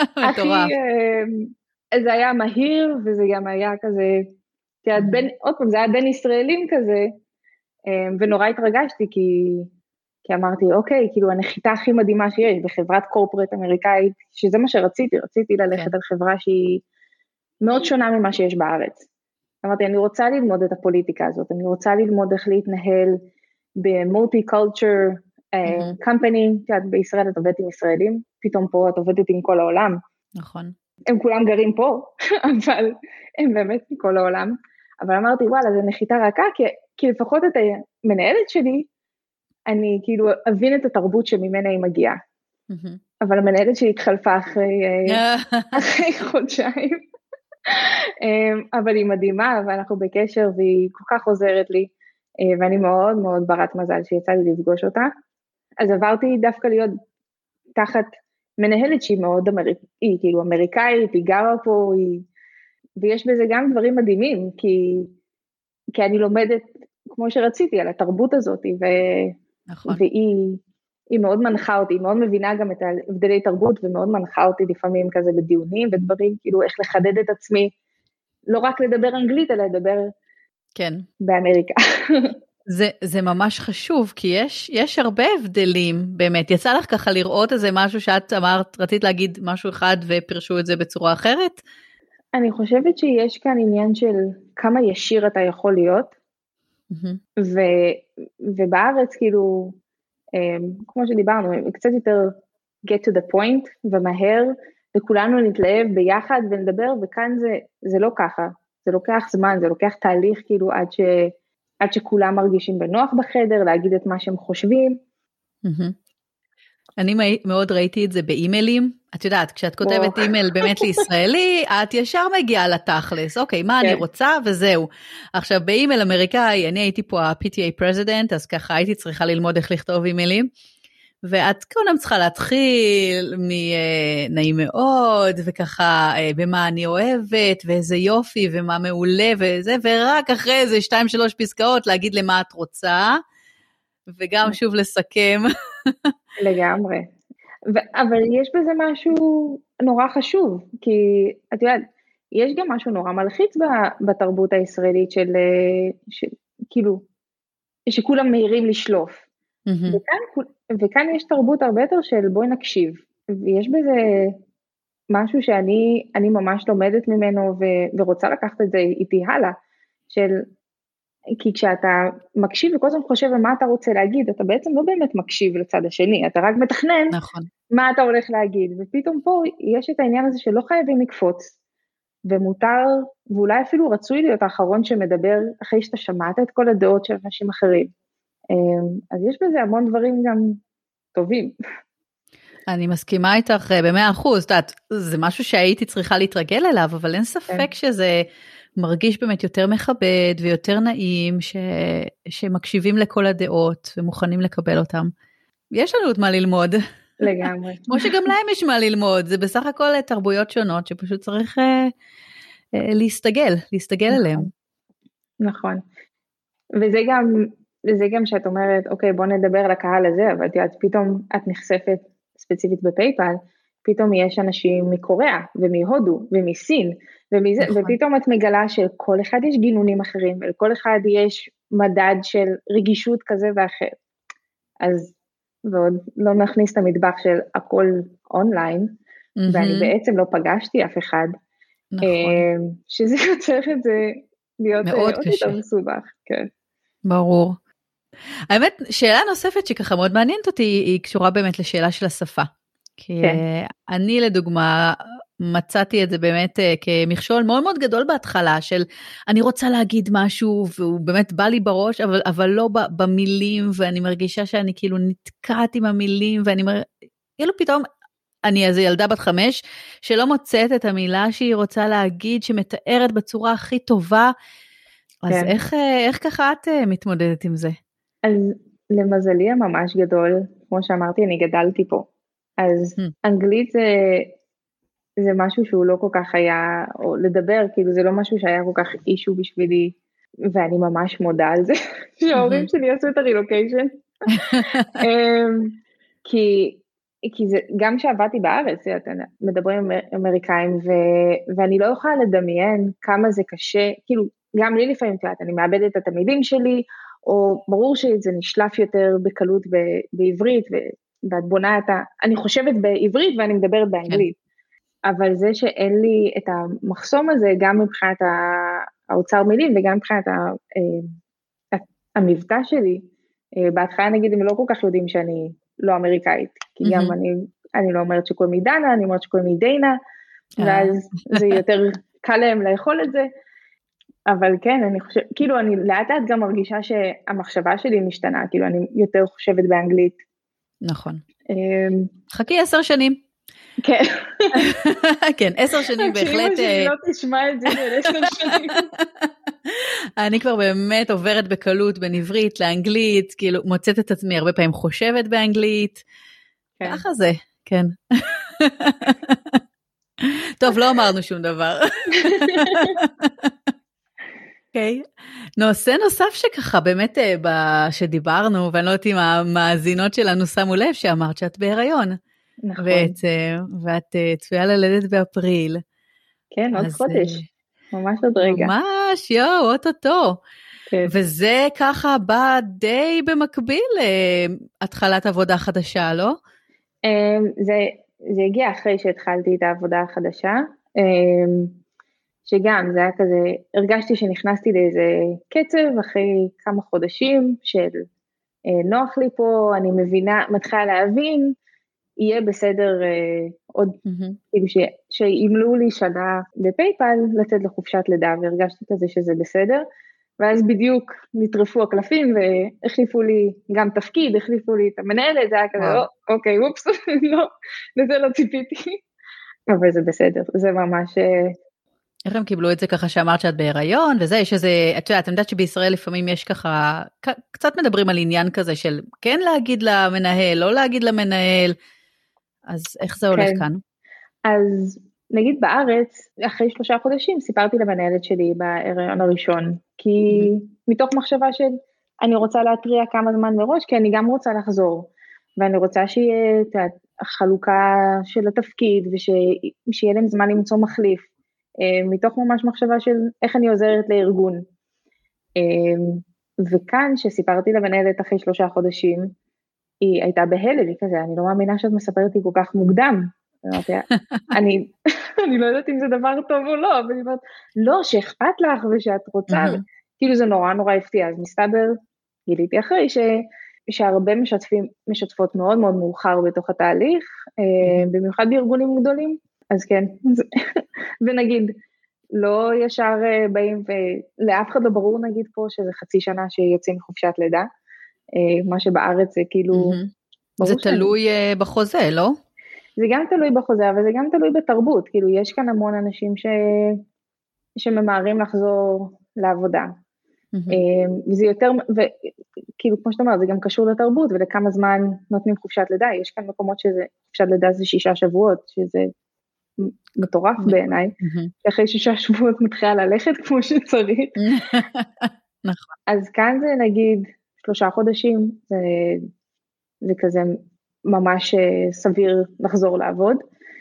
זה היה מהיר, וזה גם היה כזה, עוד פעם זה היה בין ישראלים כזה, ונורא התרגשתי, כי אמרתי, אוקיי, כאילו הנחיתה הכי מדהימה שיש, בחברת קורפורט אמריקאית, שזה מה שרציתי, רציתי ללכת על חברה שהיא מאוד שונה ממה שיש בארץ. אמרתי, אני רוצה ללמוד את הפוליטיקה הזאת, אני רוצה ללמוד איך להתנהל במולטי-קולצ'ר קמפני, בישראל את עובדת עם ישראלים, פתאום פה את עובדת עם כל העולם. נכון. הם כולם גרים פה, אבל הם באמת מכל העולם. אבל אמרתי, וואלה, זה נחיתה רכה, כי לפחות את המנהלת שלי, אני כאילו אבין את התרבות שממנה היא מגיעה. אבל המנהלת שלי התחלפה אחרי חודשיים. אבל היא מדהימה, ואנחנו בקשר, והיא כל כך עוזרת לי, ואני מאוד מאוד ברת מזל שיצא לי לפגוש אותה. אז עברתי דווקא להיות תחת מנהלת שהיא מאוד היא כאילו אמריקאית, היא גרה פה, ויש בזה גם דברים מדהימים, כי אני לומדת כמו שרציתי על התרבות הזאת, נכון. והיא מאוד מנחה אותי, היא מאוד מבינה גם את ההבדלי תרבות, ומאוד מנחה אותי לפעמים כזה בדיונים ודברים, כאילו איך לחדד את עצמי, לא רק לדבר אנגלית, אלא לדבר כן. באמריקה. זה ממש חשוב, כי יש הרבה הבדלים, באמת. יצא לך ככה לראות איזה משהו שאת אמרת, רצית להגיד משהו אחד ופרשו את זה בצורה אחרת? אני חושבת שיש כאן עניין של כמה ישיר אתה יכול להיות, ובארץ כאילו, כמו שדיברנו, קצת יותר get to the point ומהר, וכולנו נתלהב ביחד ונדבר, וכאן זה לא ככה, זה לוקח זמן, זה לוקח תהליך כאילו עד שכולם מרגישים בנוח בחדר, להגיד את מה שהם חושבים. אני מאוד ראיתי את זה באימיילים, את יודעת, כשאת כותבת אימייל באמת לישראלי, את ישר מגיעה לתכלס, אוקיי, מה אני רוצה וזהו. עכשיו באימייל אמריקאי, אני הייתי פה ה-PTA President, אז ככה הייתי צריכה ללמוד איך לכתוב אימיילים, ואת קודם צריכה להתחיל מנעים מאוד, וככה במה אני אוהבת, ואיזה יופי, ומה מעולה, וזה, ורק אחרי איזה 2-3 פסקאות להגיד למה את רוצה, וגם שוב לסכם. לגמרי. אבל יש בזה משהו נורא חשוב, כי את יודעת, יש גם משהו נורא מלחיץ בתרבות הישראלית כאילו, שכולם מהירים לשלוף. וכאן יש תרבות הרבה יותר של בואי נקשיב, ויש בזה משהו שאני ממש לומדת ממנו, ורוצה לקחת את זה איתי הלאה, כי כשאתה מקשיב וכל הזמן חושב מה אתה רוצה להגיד, אתה בעצם לא באמת מקשיב לצד השני, אתה רק מתכנן מה אתה הולך להגיד, ופתאום פה יש את העניין הזה שלא חייבים לקפוץ, ומותר, ואולי אפילו רצוי להיות האחרון שמדבר אחרי שאתה שמעת את כל הדעות של אנשים אחרים. אז יש בזה המון דברים גם טובים. אני מסכימה איתך ב100%, זה משהו שהייתי צריכה להתרגל אליו, אבל אין ספק שזה מרגיש באמת יותר מכבד ויותר נעים, שמקשיבים לכל הדעות ומוכנים לקבל אותם. יש לנו את מה ללמוד. לגמרי. כמו שגם להם יש מה ללמוד, זה בסך הכל תרבויות שונות, שפשוט צריך להסתגל עליהם. נכון. וזה גם שאת אומרת, אוקיי, בוא נדבר על הקהל הזה, אבל פתאום את נחשפת ספציפית בפייפל, פתאום יש אנשים מקוריאה, ומהודו, ומסין, ופתאום את מגלה שכל אחד יש גינונים אחרים, ולכל אחד יש מדד של רגישות כזה ואחר. אז, ועוד לא נכניס את המטבח של הכל אונליין, ואני בעצם לא פגשתי אף אחד, שזה יוצר את זה להיות עוד יותר מסובך. כן. ברור. האמת, שאלה נוספת שככה מאוד מעניינת אותי, היא קשורה באמת לשאלה של השפה. כי כן. אני לדוגמה, מצאתי את זה באמת כמכשול מאוד מאוד גדול בהתחלה, של אני רוצה להגיד משהו, והוא באמת בא לי בראש, אבל לא במילים, ואני מרגישה שאני כאילו נתקעת עם המילים, ואני כאילו פתאום, אני איזו ילדה בת 5, שלא מוצאת את המילה שהיא רוצה להגיד, שמתארת בצורה הכי טובה, אז כן. איך ככה את מתמודדת עם זה? אז למזלי הממש גדול, כמו שאמרתי, אני גדלתי פה. אז אנגלית זה משהו שהוא לא כל כך היה, או לדבר, כאילו זה לא משהו שהיה כל כך אישו בשבילי, ואני ממש מודה על זה, שההורים שלי עשו את הרילוקיישן. כי זה, גם כשעבדתי בארץ, מדברים עם אמריקאים, ואני לא יכולה לדמיין כמה זה קשה, כאילו, גם לי לפעמים, אני מאבדת את המילים שלי, או ברור שזה נשלף יותר בקלות בעברית, ואת בונה אני חושבת בעברית ואני מדברת באנגלית, אבל זה שאין לי את המחסום הזה, גם מבחינת האוצר מילים, וגם מבחינת המבטא שלי, בהתחלה נגיד הם לא כל כך יודעים שאני לא אמריקאית, כי גם אני לא אומרת שקוראים לי דנה, אני אומרת שקוראים לי דיינה, ואז זה יותר קל להם לאכול את זה, אבל כן, אני חושבת, כאילו אני לאט לאט גם מרגישה שהמחשבה שלי משתנה, כאילו אני יותר חושבת באנגלית. נכון. חכי 10 שנים. כן. כן, 10 שנים בהחלט. כשאמא שלי לא תשמע את זה ב10 שנים. אני כבר באמת עוברת בקלות בין עברית לאנגלית, כאילו מוצאת את עצמי הרבה פעמים חושבת באנגלית. ככה זה, כן. טוב, לא אמרנו שום דבר. אוקיי. נושא נוסף שככה באמת שדיברנו, ואני לא יודעת אם המאזינות שלנו שמו לב שאמרת שאת בהיריון. נכון. ואת צפויה ללדת באפריל. כן, עוד חודש. ממש עוד רגע. ממש, אוטוטו. כן. וזה ככה בא די במקביל להתחלת עבודה חדשה, לא? זה הגיע אחרי שהתחלתי את העבודה החדשה, שגם זה היה כזה, הרגשתי שנכנסתי לאיזה קצב אחרי כמה חודשים של נוח לי פה, אני מבינה, מתחילה להבין, יהיה בסדר עוד, כאילו שימלאו לי שנה בפייפל לצאת לחופשת לידה, והרגשתי כזה שזה בסדר, ואז בדיוק נטרפו הקלפים והחליפו לי גם תפקיד, החליפו לי את המנהלת, זה היה כזה, אוקיי, אופס, לא, לזה לא ציפיתי, אבל זה בסדר, זה ממש... איך הם קיבלו את זה ככה שאמרת שאת בהיריון, וזה, יש איזה, את יודעת שבישראל לפעמים יש ככה, קצת מדברים על עניין כזה של כן להגיד למנהל, לא להגיד למנהל, אז איך זה הולך כאן? אז נגיד בארץ, אחרי 3 חודשים, סיפרתי למנהלת שלי בהיריון הראשון, כי מתוך מחשבה של, אני רוצה להתריע כמה זמן מראש, כי אני גם רוצה לחזור, ואני רוצה שיהיה את החלוקה של התפקיד, ושיהיה להם זמן למצוא מחליף, מתוך ממש מחשבה של איך אני עוזרת לארגון. וכאן שסיפרתי למנהלת אחרי 3 חודשים, היא הייתה בהלם, היא כזה, אני לא מאמינה שאת מספרת לי כל כך מוקדם. אני לא יודעת אם זה דבר טוב או לא, אבל היא אומרת, לא, שאכפת לך ושאת רוצה, כאילו זה נורא נורא הפתיע, אז מסתבר, גיליתי אחרי שהרבה משתפות מאוד מאוד מאוחר בתוך התהליך, במיוחד בארגונים גדולים, אז כן, ונגיד, לא ישר באים, ולאף אחד לא ברור נגיד פה שזה חצי שנה שיוצאים מחופשת לידה, מה שבארץ זה כאילו... זה תלוי בחוזה, לא? זה גם תלוי בחוזה, אבל זה גם תלוי בתרבות, כאילו יש כאן המון אנשים שממהרים לחזור לעבודה, וזה יותר, וכאילו כמו שאתה אומר, זה גם קשור לתרבות, ולכמה זמן נותנים חופשת לידה, יש כאן מקומות שזה, חופשת לידה זה 6 שבועות, שזה מטורף בעיניי, אחרי 6 שבועות מתחילה ללכת כמו שצריך, נכון. אז כאן זה נגיד 3 חודשים, זה כזה ממש סביר לחזור לעבוד,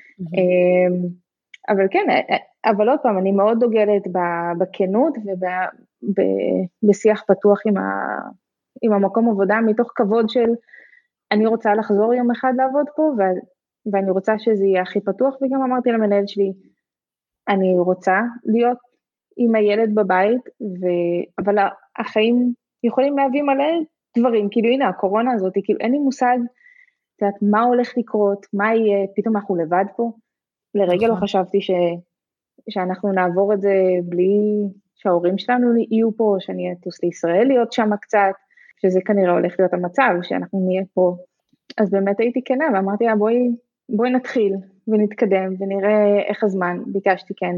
אבל כן, אבל עוד פעם, אני מאוד דוגלת בכנות ובשיח פתוח עם המקום עבודה, מתוך כבוד של אני רוצה לחזור יום אחד לעבוד פה, ואני רוצה שזה יהיה הכי פתוח, וגם אמרתי למנהל שלי, אני רוצה להיות עם הילד בבית, אבל החיים יכולים להביא מלא דברים, כאילו הנה הקורונה הזאת, כאילו אין לי מושג, את יודעת, מה הולך לקרות, מה יהיה, פתאום אנחנו לבד פה, לרגע לא חשבתי שאנחנו נעבור את זה בלי שההורים שלנו יהיו פה, שאני אטוס לישראל להיות שם קצת, שזה כנראה הולך להיות המצב, שאנחנו נהיה פה. אז באמת הייתי כנה, ואמרתי לה, בואי נתחיל ונתקדם, ונראה איך הזמן. ביקשתי כן,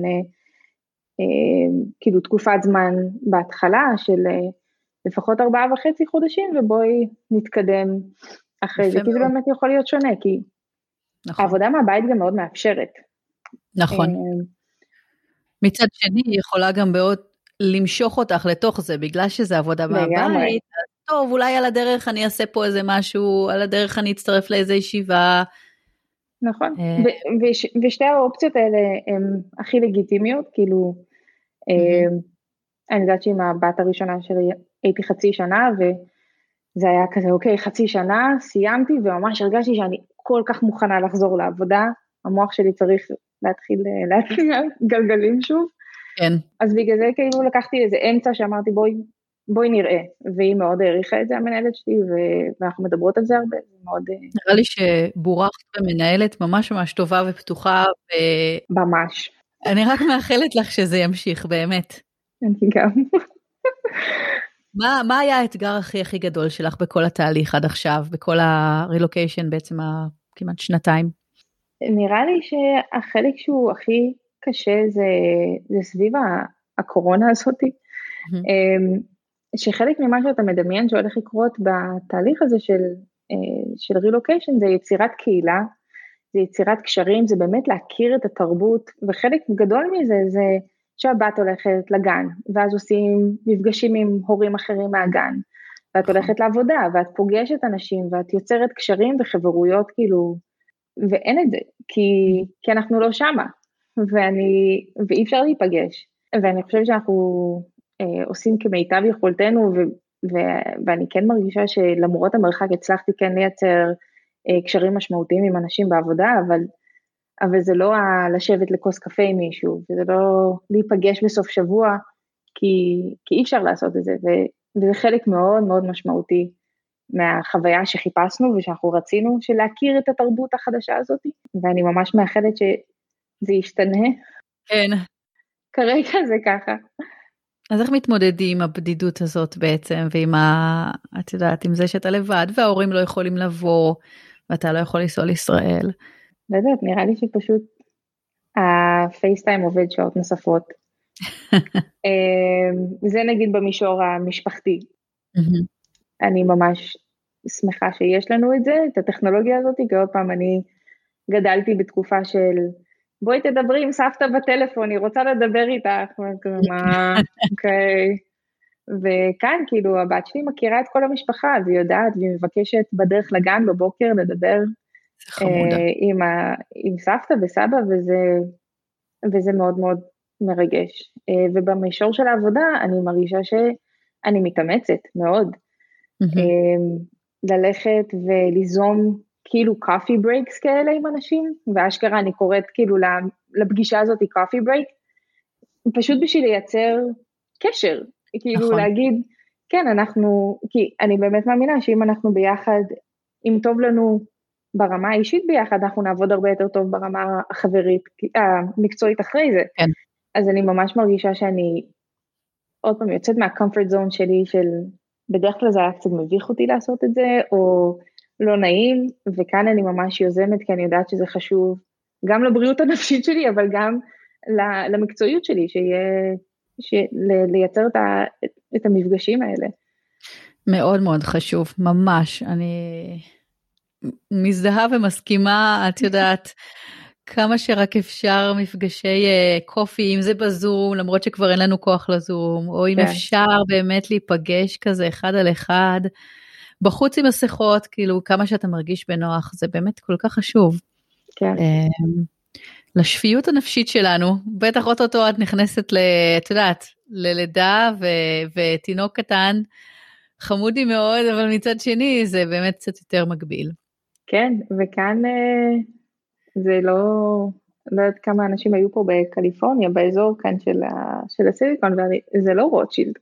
כאילו תקופת זמן בהתחלה, של לפחות 4.5 חודשים, ובואי נתקדם אחרי זה, כי זה באמת יכול להיות שונה, כי העבודה מהבית גם מאוד מאפשרת. נכון. מצד שני, היא יכולה גם מאוד למשוך אותך לתוך זה, בגלל שזה עבודה מהבית, טוב, אולי על הדרך אני אעשה פה איזה משהו, על הדרך אני אצטרף לאיזה ישיבה. נכון, ושתי האופציות האלה הן הכי לגיטימיות, כאילו, אני יודעת שעם הבת הראשונה שלי הייתי חצי שנה, וזה היה כזה, אוקיי, חצי שנה, סיימתי, וממש הרגשתי שאני כל כך מוכנה לחזור לעבודה, המוח שלי צריך להתחיל להטמיע גלגלים שוב. כן. אז בגלל זה כאילו לקחתי איזה אמצע שאמרתי בואי נראה, והיא מאוד העריכה את זה המנהלת שלי, ואנחנו מדברות על זה הרבה, זה מאוד... נראה לי שבורכת במנהלת ממש ממש טובה ופתוחה. ממש. אני רק מאחלת לך שזה ימשיך, באמת. אני גם. מה היה האתגר הכי גדול שלך בכל התהליך עד עכשיו, בכל הרילוקיישן בעצם כמעט שנתיים? נראה לי שהחלק שהוא הכי קשה זה סביב הקורונה הזאת, שחלק ממה שאתה מדמיין שהולך לקרות בתהליך הזה של רילוקיישן, זה יצירת קהילה, זה יצירת קשרים, זה באמת להכיר את התרבות, וחלק גדול מזה זה שהבת הולכת לגן, ואז עושים מפגשים עם הורים אחרים מהגן, ואת הולכת לעבודה, ואת פוגשת אנשים, ואת יוצרת קשרים וחברויות כאילו, ואין את זה, כי אנחנו לא שמה, ואי אפשר להיפגש, ואני חושבת שאנחנו עושים כמיטב יכולתנו, ואני כן מרגישה שלמרות המרחק הצלחתי כן לייצר קשרים משמעותיים עם אנשים בעבודה, אבל זה לא לשבת לכוס קפה עם מישהו, וזה לא להיפגש בסוף שבוע, כי אי אפשר לעשות את זה, וזה חלק מאוד מאוד משמעותי מהחוויה שחיפשנו ושאנחנו רצינו, של להכיר את התרבות החדשה הזאת, ואני ממש מאחלת שזה ישתנה. כן. כרגע זה ככה. אז איך מתמודדים עם הבדידות הזאת בעצם, ועם את יודעת, עם זה שאתה לבד, וההורים לא יכולים לבוא, ואתה לא יכול לנסוע לישראל? לא יודעת, נראה לי שפשוט הפייסטיים עובד שעות נוספות. זה נגיד במישור המשפחתי. אני ממש שמחה שיש לנו את זה, את הטכנולוגיה הזאת, כי עוד פעם אני גדלתי בתקופה של בואי תדברי עם סבתא בטלפון, היא רוצה לדבר איתך, מה, אוקיי. וכאן כאילו הבת שלי מכירה את כל המשפחה, והיא יודעת, והיא מבקשת בדרך לגן בבוקר לדבר עם סבתא וסבא, וזה מאוד מאוד מרגש. ובמישור של העבודה אני מרגישה שאני מתאמצת מאוד, ללכת וליזום כאילו coffee breaks כאלה עם אנשים, ואשכרה אני קוראת כאילו לפגישה הזאת coffee break, פשוט בשביל לייצר קשר, כאילו להגיד, כן אנחנו, כי אני באמת מאמינה שאם אנחנו ביחד, אם טוב לנו ברמה האישית ביחד, אנחנו נעבוד הרבה יותר טוב ברמה החברית, המקצועית אחרי זה. כן. אז אני ממש מרגישה שאני עוד פעם יוצאת מהcomfort zone שלי, של בדרך כלל זה היה קצת מביך אותי לעשות את זה, או לא נעים, וכאן אני ממש יוזמת, כי אני יודעת שזה חשוב, גם לבריאות הנפשית שלי, אבל גם למקצועיות שלי, לייצר את המפגשים האלה. מאוד מאוד חשוב, ממש. אני מזדהה ומסכימה, את יודעת, כמה שרק אפשר מפגשי קופי, אם זה בזום, למרות שכבר אין לנו כוח לזום, או אם אפשר באמת להיפגש כזה אחד על אחד, בחוץ עם מסכות, כאילו כמה שאתה מרגיש בנוח, זה באמת כל כך חשוב. כן. לשפיות הנפשית שלנו, בטח אוטוטו את נכנסת, את יודעת, ללידה ותינוק קטן, חמודי מאוד, אבל מצד שני זה באמת קצת יותר מגביל. כן, וכאן זה לא יודעת כמה אנשים היו פה בקליפורניה, באזור כאן של הסיליקון, זה לא רוטשילד,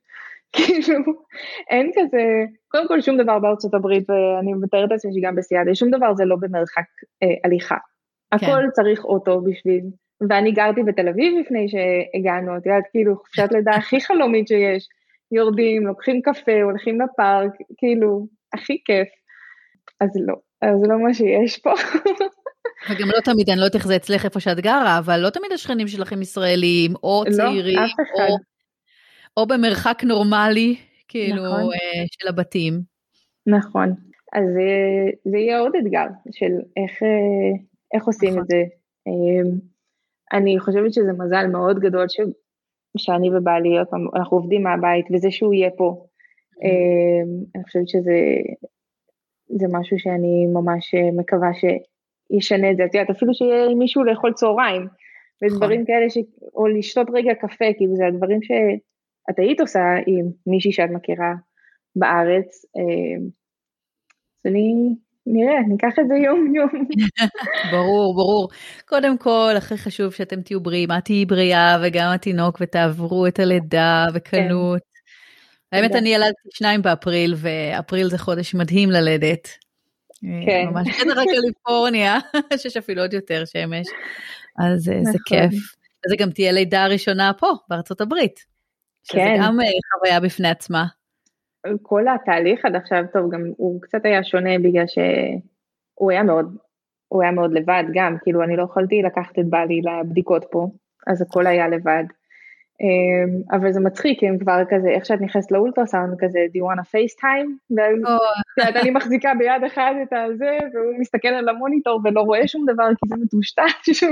כאילו, אין כזה, קודם כל שום דבר בארצות הברית, ואני מתארת לעצמי שגם בסיאטל, שום דבר זה לא במרחק הליכה. הכל צריך אוטו בשביל, ואני גרתי בתל אביב לפני שהגענו, את יודעת, כאילו, חופשת לידה הכי חלומית שיש, יורדים, לוקחים קפה, הולכים לפארק, כאילו, הכי כיף. אז לא מה שיש פה. וגם לא תמיד, אני לא יודעת איך זה אצלך איפה שאת גרה, אבל לא תמיד השכנים שלכם ישראלים, או צעירים, לא, אף אחד. או במרחק נורמלי, כאילו, נכון. של הבתים. נכון. אז זה יהיה עוד אתגר של איך עושים את זה. אני חושבת שזה מזל מאוד גדול שאני ובעלי, אנחנו עובדים מהבית, וזה שהוא יהיה פה. אני חושבת שזה משהו שאני ממש מקווה שישנה את זה. את יודעת, אפילו שיהיה עם מישהו לאכול צהריים, ודברים כאלה, או לשתות רגע קפה, כאילו זה הדברים שאת היית עושה עם מישהי שאת מכירה בארץ. אז נראה, ניקח את זה יום יום. ברור. קודם כל, הכי חשוב שאתם תהיו בריאים, את תהיי בריאה וגם התינוק, ותעברו את הלידה בקלות. האמת, אני ילדתי 2 באפריל, ואפריל זה חודש מדהים ללדת. כן. ממש חדר הקליפורניה, שיש אפילו עוד יותר שמש. אז זה כיף. וזה גם תהיה לידה הראשונה פה, בארצות הברית. שזה גם חוויה בפני עצמה. כל התהליך עד עכשיו, טוב, גם הוא קצת היה שונה בגלל שהוא היה מאוד לבד גם, כאילו אני לא יכולתי לקחת את בעלי לבדיקות פה, אז הכל היה לבד. אבל זה מצחיק, כי הם כבר כזה, איך שאת נכנסת לאולטרסאונד כזה, do you want a FaceTime? ואני מחזיקה ביד אחד את הזה, והוא מסתכל על המוניטור ולא רואה שום דבר, כי זה מטושטש,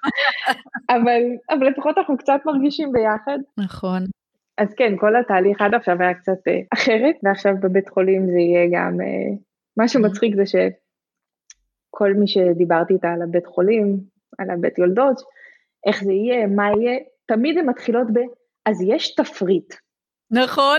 אבל לפחות אנחנו קצת מרגישים ביחד. נכון. אז כן, כל התהליך עד עכשיו היה קצת אחרת, ועכשיו בבית חולים זה יהיה גם, מה שמצחיק זה שכל מי שדיברתי איתה על הבית חולים, על הבית יולדות, איך זה יהיה, מה יהיה, תמיד הן מתחילות אז יש תפריט. נכון.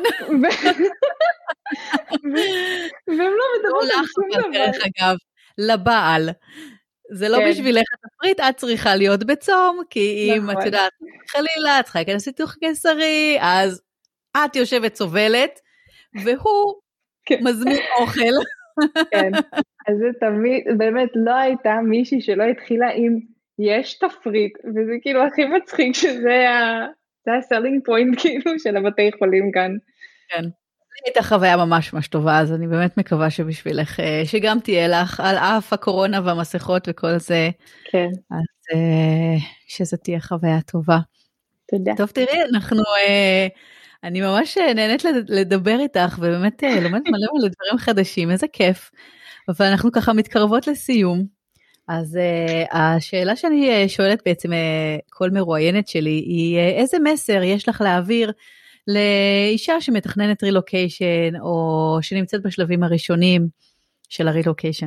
והם לא מדברות על שום דבר. דרך אגב, לבעל. זה לא בשבילך התפריט, את צריכה להיות בצום, כי אם את יודעת, חלילה, את צריכה להיכנס לתוך קיסרי, אז את יושבת סובלת, והוא מזמין אוכל. כן, אז זה תמיד, באמת לא הייתה מישהי שלא התחילה עם יש תפריט, וזה כאילו הכי מצחיק שזה ה-selling point כאילו של הבתי חולים כאן. כן. הייתה חוויה ממש טובה, אז אני באמת מקווה שבשבילך, שגם תהיה לך על אף הקורונה והמסכות וכל זה, כן. אז שזה תהיה חוויה טובה. תודה. טוב, תראי, אני ממש נהנית לדבר איתך, ובאמת לומדת מלא דברים חדשים, איזה כיף, אבל אנחנו ככה מתקרבות לסיום, אז השאלה שאני שואלת בעצם כל מרואיינת שלי, היא איזה מסר יש לך להעביר, לאישה שמתכננת רילוקיישן, או שנמצאת בשלבים הראשונים של הרילוקיישן?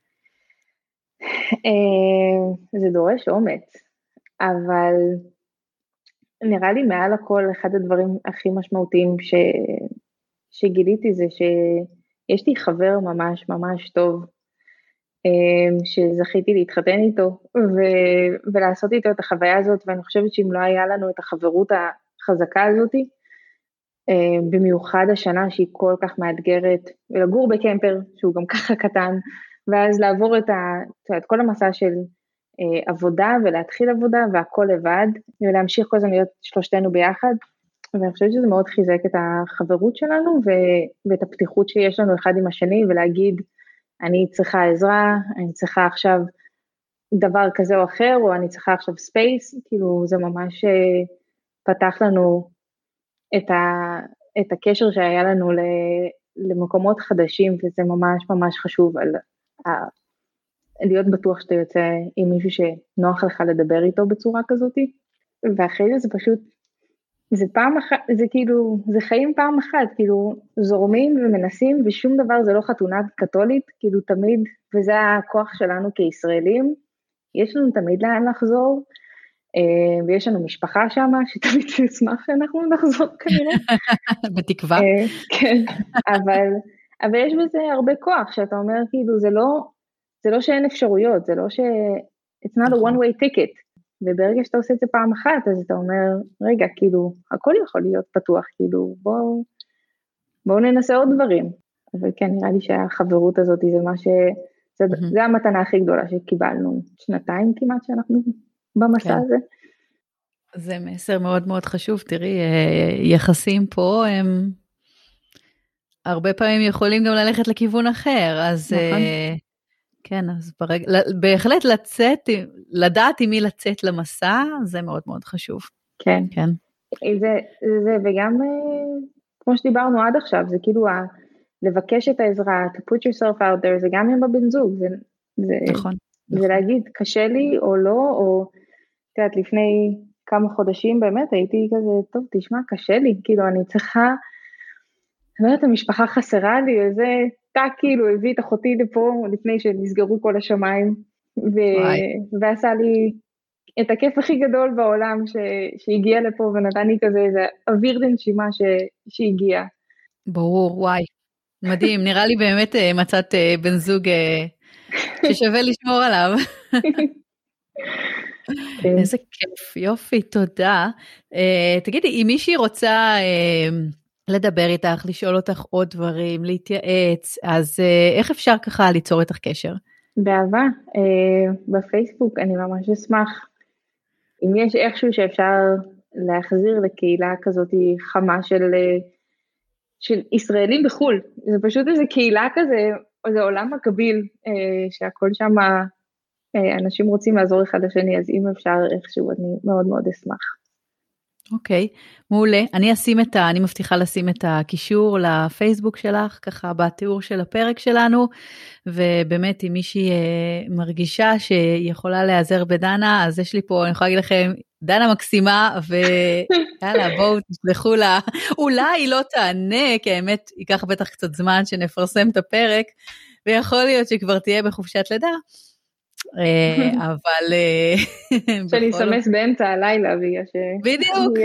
זה דורש אומץ, אבל נראה לי מעל הכל אחד הדברים הכי משמעותיים שגיליתי זה שיש לי חבר ממש טוב, שזכיתי להתחתן איתו ולעשות איתו את החוויה הזאת, ואני חושבת שאם לא היה לנו את החברות החזקה הזאת, במיוחד השנה שהיא כל כך מאתגרת, ולגור בקמפר שהוא גם ככה קטן, ואז לעבור את כל המסע של עבודה ולהתחיל עבודה והכל לבד, ולהמשיך כל הזמן להיות שלושתנו ביחד, ואני חושבת שזה מאוד חיזק את החברות שלנו ואת הפתיחות שיש לנו אחד עם השני, ולהגיד אני צריכה עזרה, אני צריכה עכשיו דבר כזה או אחר, או אני צריכה עכשיו ספייס, כאילו זה ממש פתח לנו את הקשר שהיה לנו למקומות חדשים, וזה ממש חשוב להיות בטוח שאתה יוצא עם מישהו שנוח לך לדבר איתו בצורה כזאת, ואחרי זה פשוט, זה פעם אחת, זה כאילו, זה חיים פעם אחת, כאילו זורמים ומנסים, ושום דבר זה לא חתונה קתולית, כאילו תמיד, וזה הכוח שלנו כישראלים, יש לנו תמיד לאן לחזור, ויש לנו משפחה שם, שתמיד תשמח שאנחנו נחזור כנראה. בתקווה. כן, אבל יש בזה הרבה כוח, שאתה אומר כאילו, זה לא שאין אפשרויות, זה לא it's not a one way ticket, וברגע שאתה עושה את זה פעם אחת, אז אתה אומר, רגע, כאילו, הכל יכול להיות פתוח, כאילו, בואו ננסה עוד דברים. אבל כן, נראה לי שהחברות הזאת זה מה זה המתנה הכי גדולה שקיבלנו, 2 כמעט שאנחנו במסע הזה. זה מסר מאוד מאוד חשוב, תראי, יחסים פה הם הרבה פעמים יכולים גם ללכת לכיוון אחר, אז כן, אז בהחלט לדעת עם מי לצאת למסע, זה מאוד מאוד חשוב. כן. זה וגם, כמו שדיברנו עד עכשיו, זה כאילו לבקש את העזרה, to put yourself out there, זה גם עם הבן זוג, נכון. זה להגיד, קשה לי או לא, או, תראה, לפני כמה חודשים באמת הייתי כזה, טוב, תשמע, קשה לי, כאילו אני צריכה, אני אומרת, המשפחה חסרה לי, איזה תק כאילו הביא את אחותי לפה, לפני שנסגרו כל השמיים, ועשה לי את הכיף הכי גדול בעולם, שהגיע לפה ונתן לי כזה, איזה אוויר לנשימה שהגיע. ברור, וואי, מדהים, נראה לי באמת מצאת בן זוג ששווה לשמור עליו. איזה כיף, יופי, תודה. תגידי, אם מישהי רוצה לדבר איתך, לשאול אותך עוד דברים, להתייעץ, אז איך אפשר ככה ליצור איתך קשר? באהבה, בפייסבוק אני ממש אשמח. אם יש איכשהו שאפשר להחזיר לקהילה כזאת חמה של ישראלים בחול, זה פשוט איזה קהילה כזה, זה עולם מקביל, שהכל שם אנשים רוצים לעזור אחד לשני, אז אם אפשר איכשהו, אני מאוד מאוד אשמח. אוקיי, מעולה. אני מבטיחה לשים את הקישור לפייסבוק שלך, ככה בתיאור של הפרק שלנו, ובאמת אם מישהי מרגישה שהיא יכולה להיעזר בדנה, אז יש לי פה, אני יכולה להגיד לכם, דנה מקסימה, ויאללה, בואו תשלחו לה, אולי היא לא תענה, כי האמת ייקח בטח קצת זמן שנפרסם את הפרק, ויכול להיות שכבר תהיה בחופשת לידה, אבל שאני אסמס באמצע הלילה בגלל בדיוק.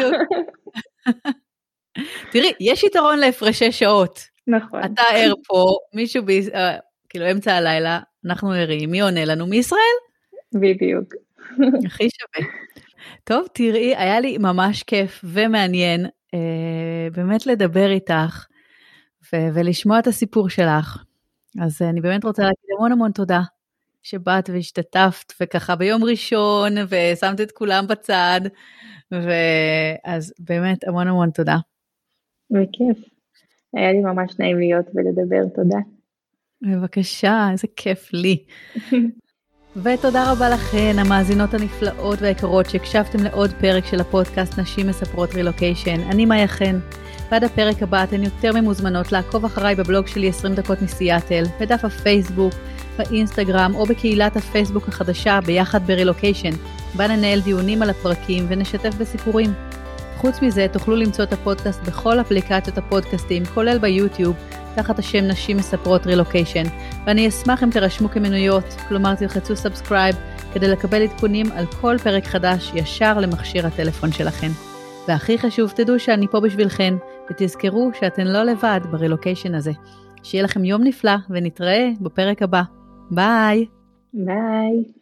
תראי, יש יתרון להפרשי שעות. נכון. אתה ער פה, מישהו כאילו אמצע הלילה, אנחנו ערים, מי עונה לנו? מישראל? בדיוק. הכי שווה. טוב, תראי, היה לי ממש כיף ומעניין באמת לדבר איתך ולשמוע את הסיפור שלך. אז אני באמת רוצה להגיד המון המון תודה. שבאת והשתתפת, וככה ביום ראשון, ושמת את כולם בצד, ואז באמת המון המון תודה. בכיף. היה לי ממש נעים להיות ולדבר, תודה. בבקשה, איזה כיף לי. ותודה רבה לכן, המאזינות הנפלאות והיקרות, שהקשבתם לעוד פרק של הפודקאסט נשים מספרות רילוקיישן. אני מאיה חן. ועד הפרק הבא אתן יותר ממוזמנות לעקוב אחריי בבלוג שלי 20 דקות מסיאטל, בדף הפייסבוק, באינסטגרם או בקהילת הפייסבוק החדשה ביחד ברילוקיישן, בה ננהל דיונים על הפרקים ונשתף בסיפורים. חוץ מזה תוכלו למצוא את הפודקאסט בכל אפליקציות הפודקאסטים, כולל ביוטיוב, תחת השם נשים מספרות רילוקיישן, ואני אשמח אם תרשמו כמנויות, כלומר תלחצו סאבסקרייב, כדי לקבל עדכונים על כל פרק חדש ישר למכשיר הטלפון שלכם. והכי חשוב, תדעו שאני פה בשבילכן, ותזכרו שאתן לא לבד ברילוקיישן הזה. שיהיה לכם יום נפלא, ונתראה בפרק הבא. ביי! ביי!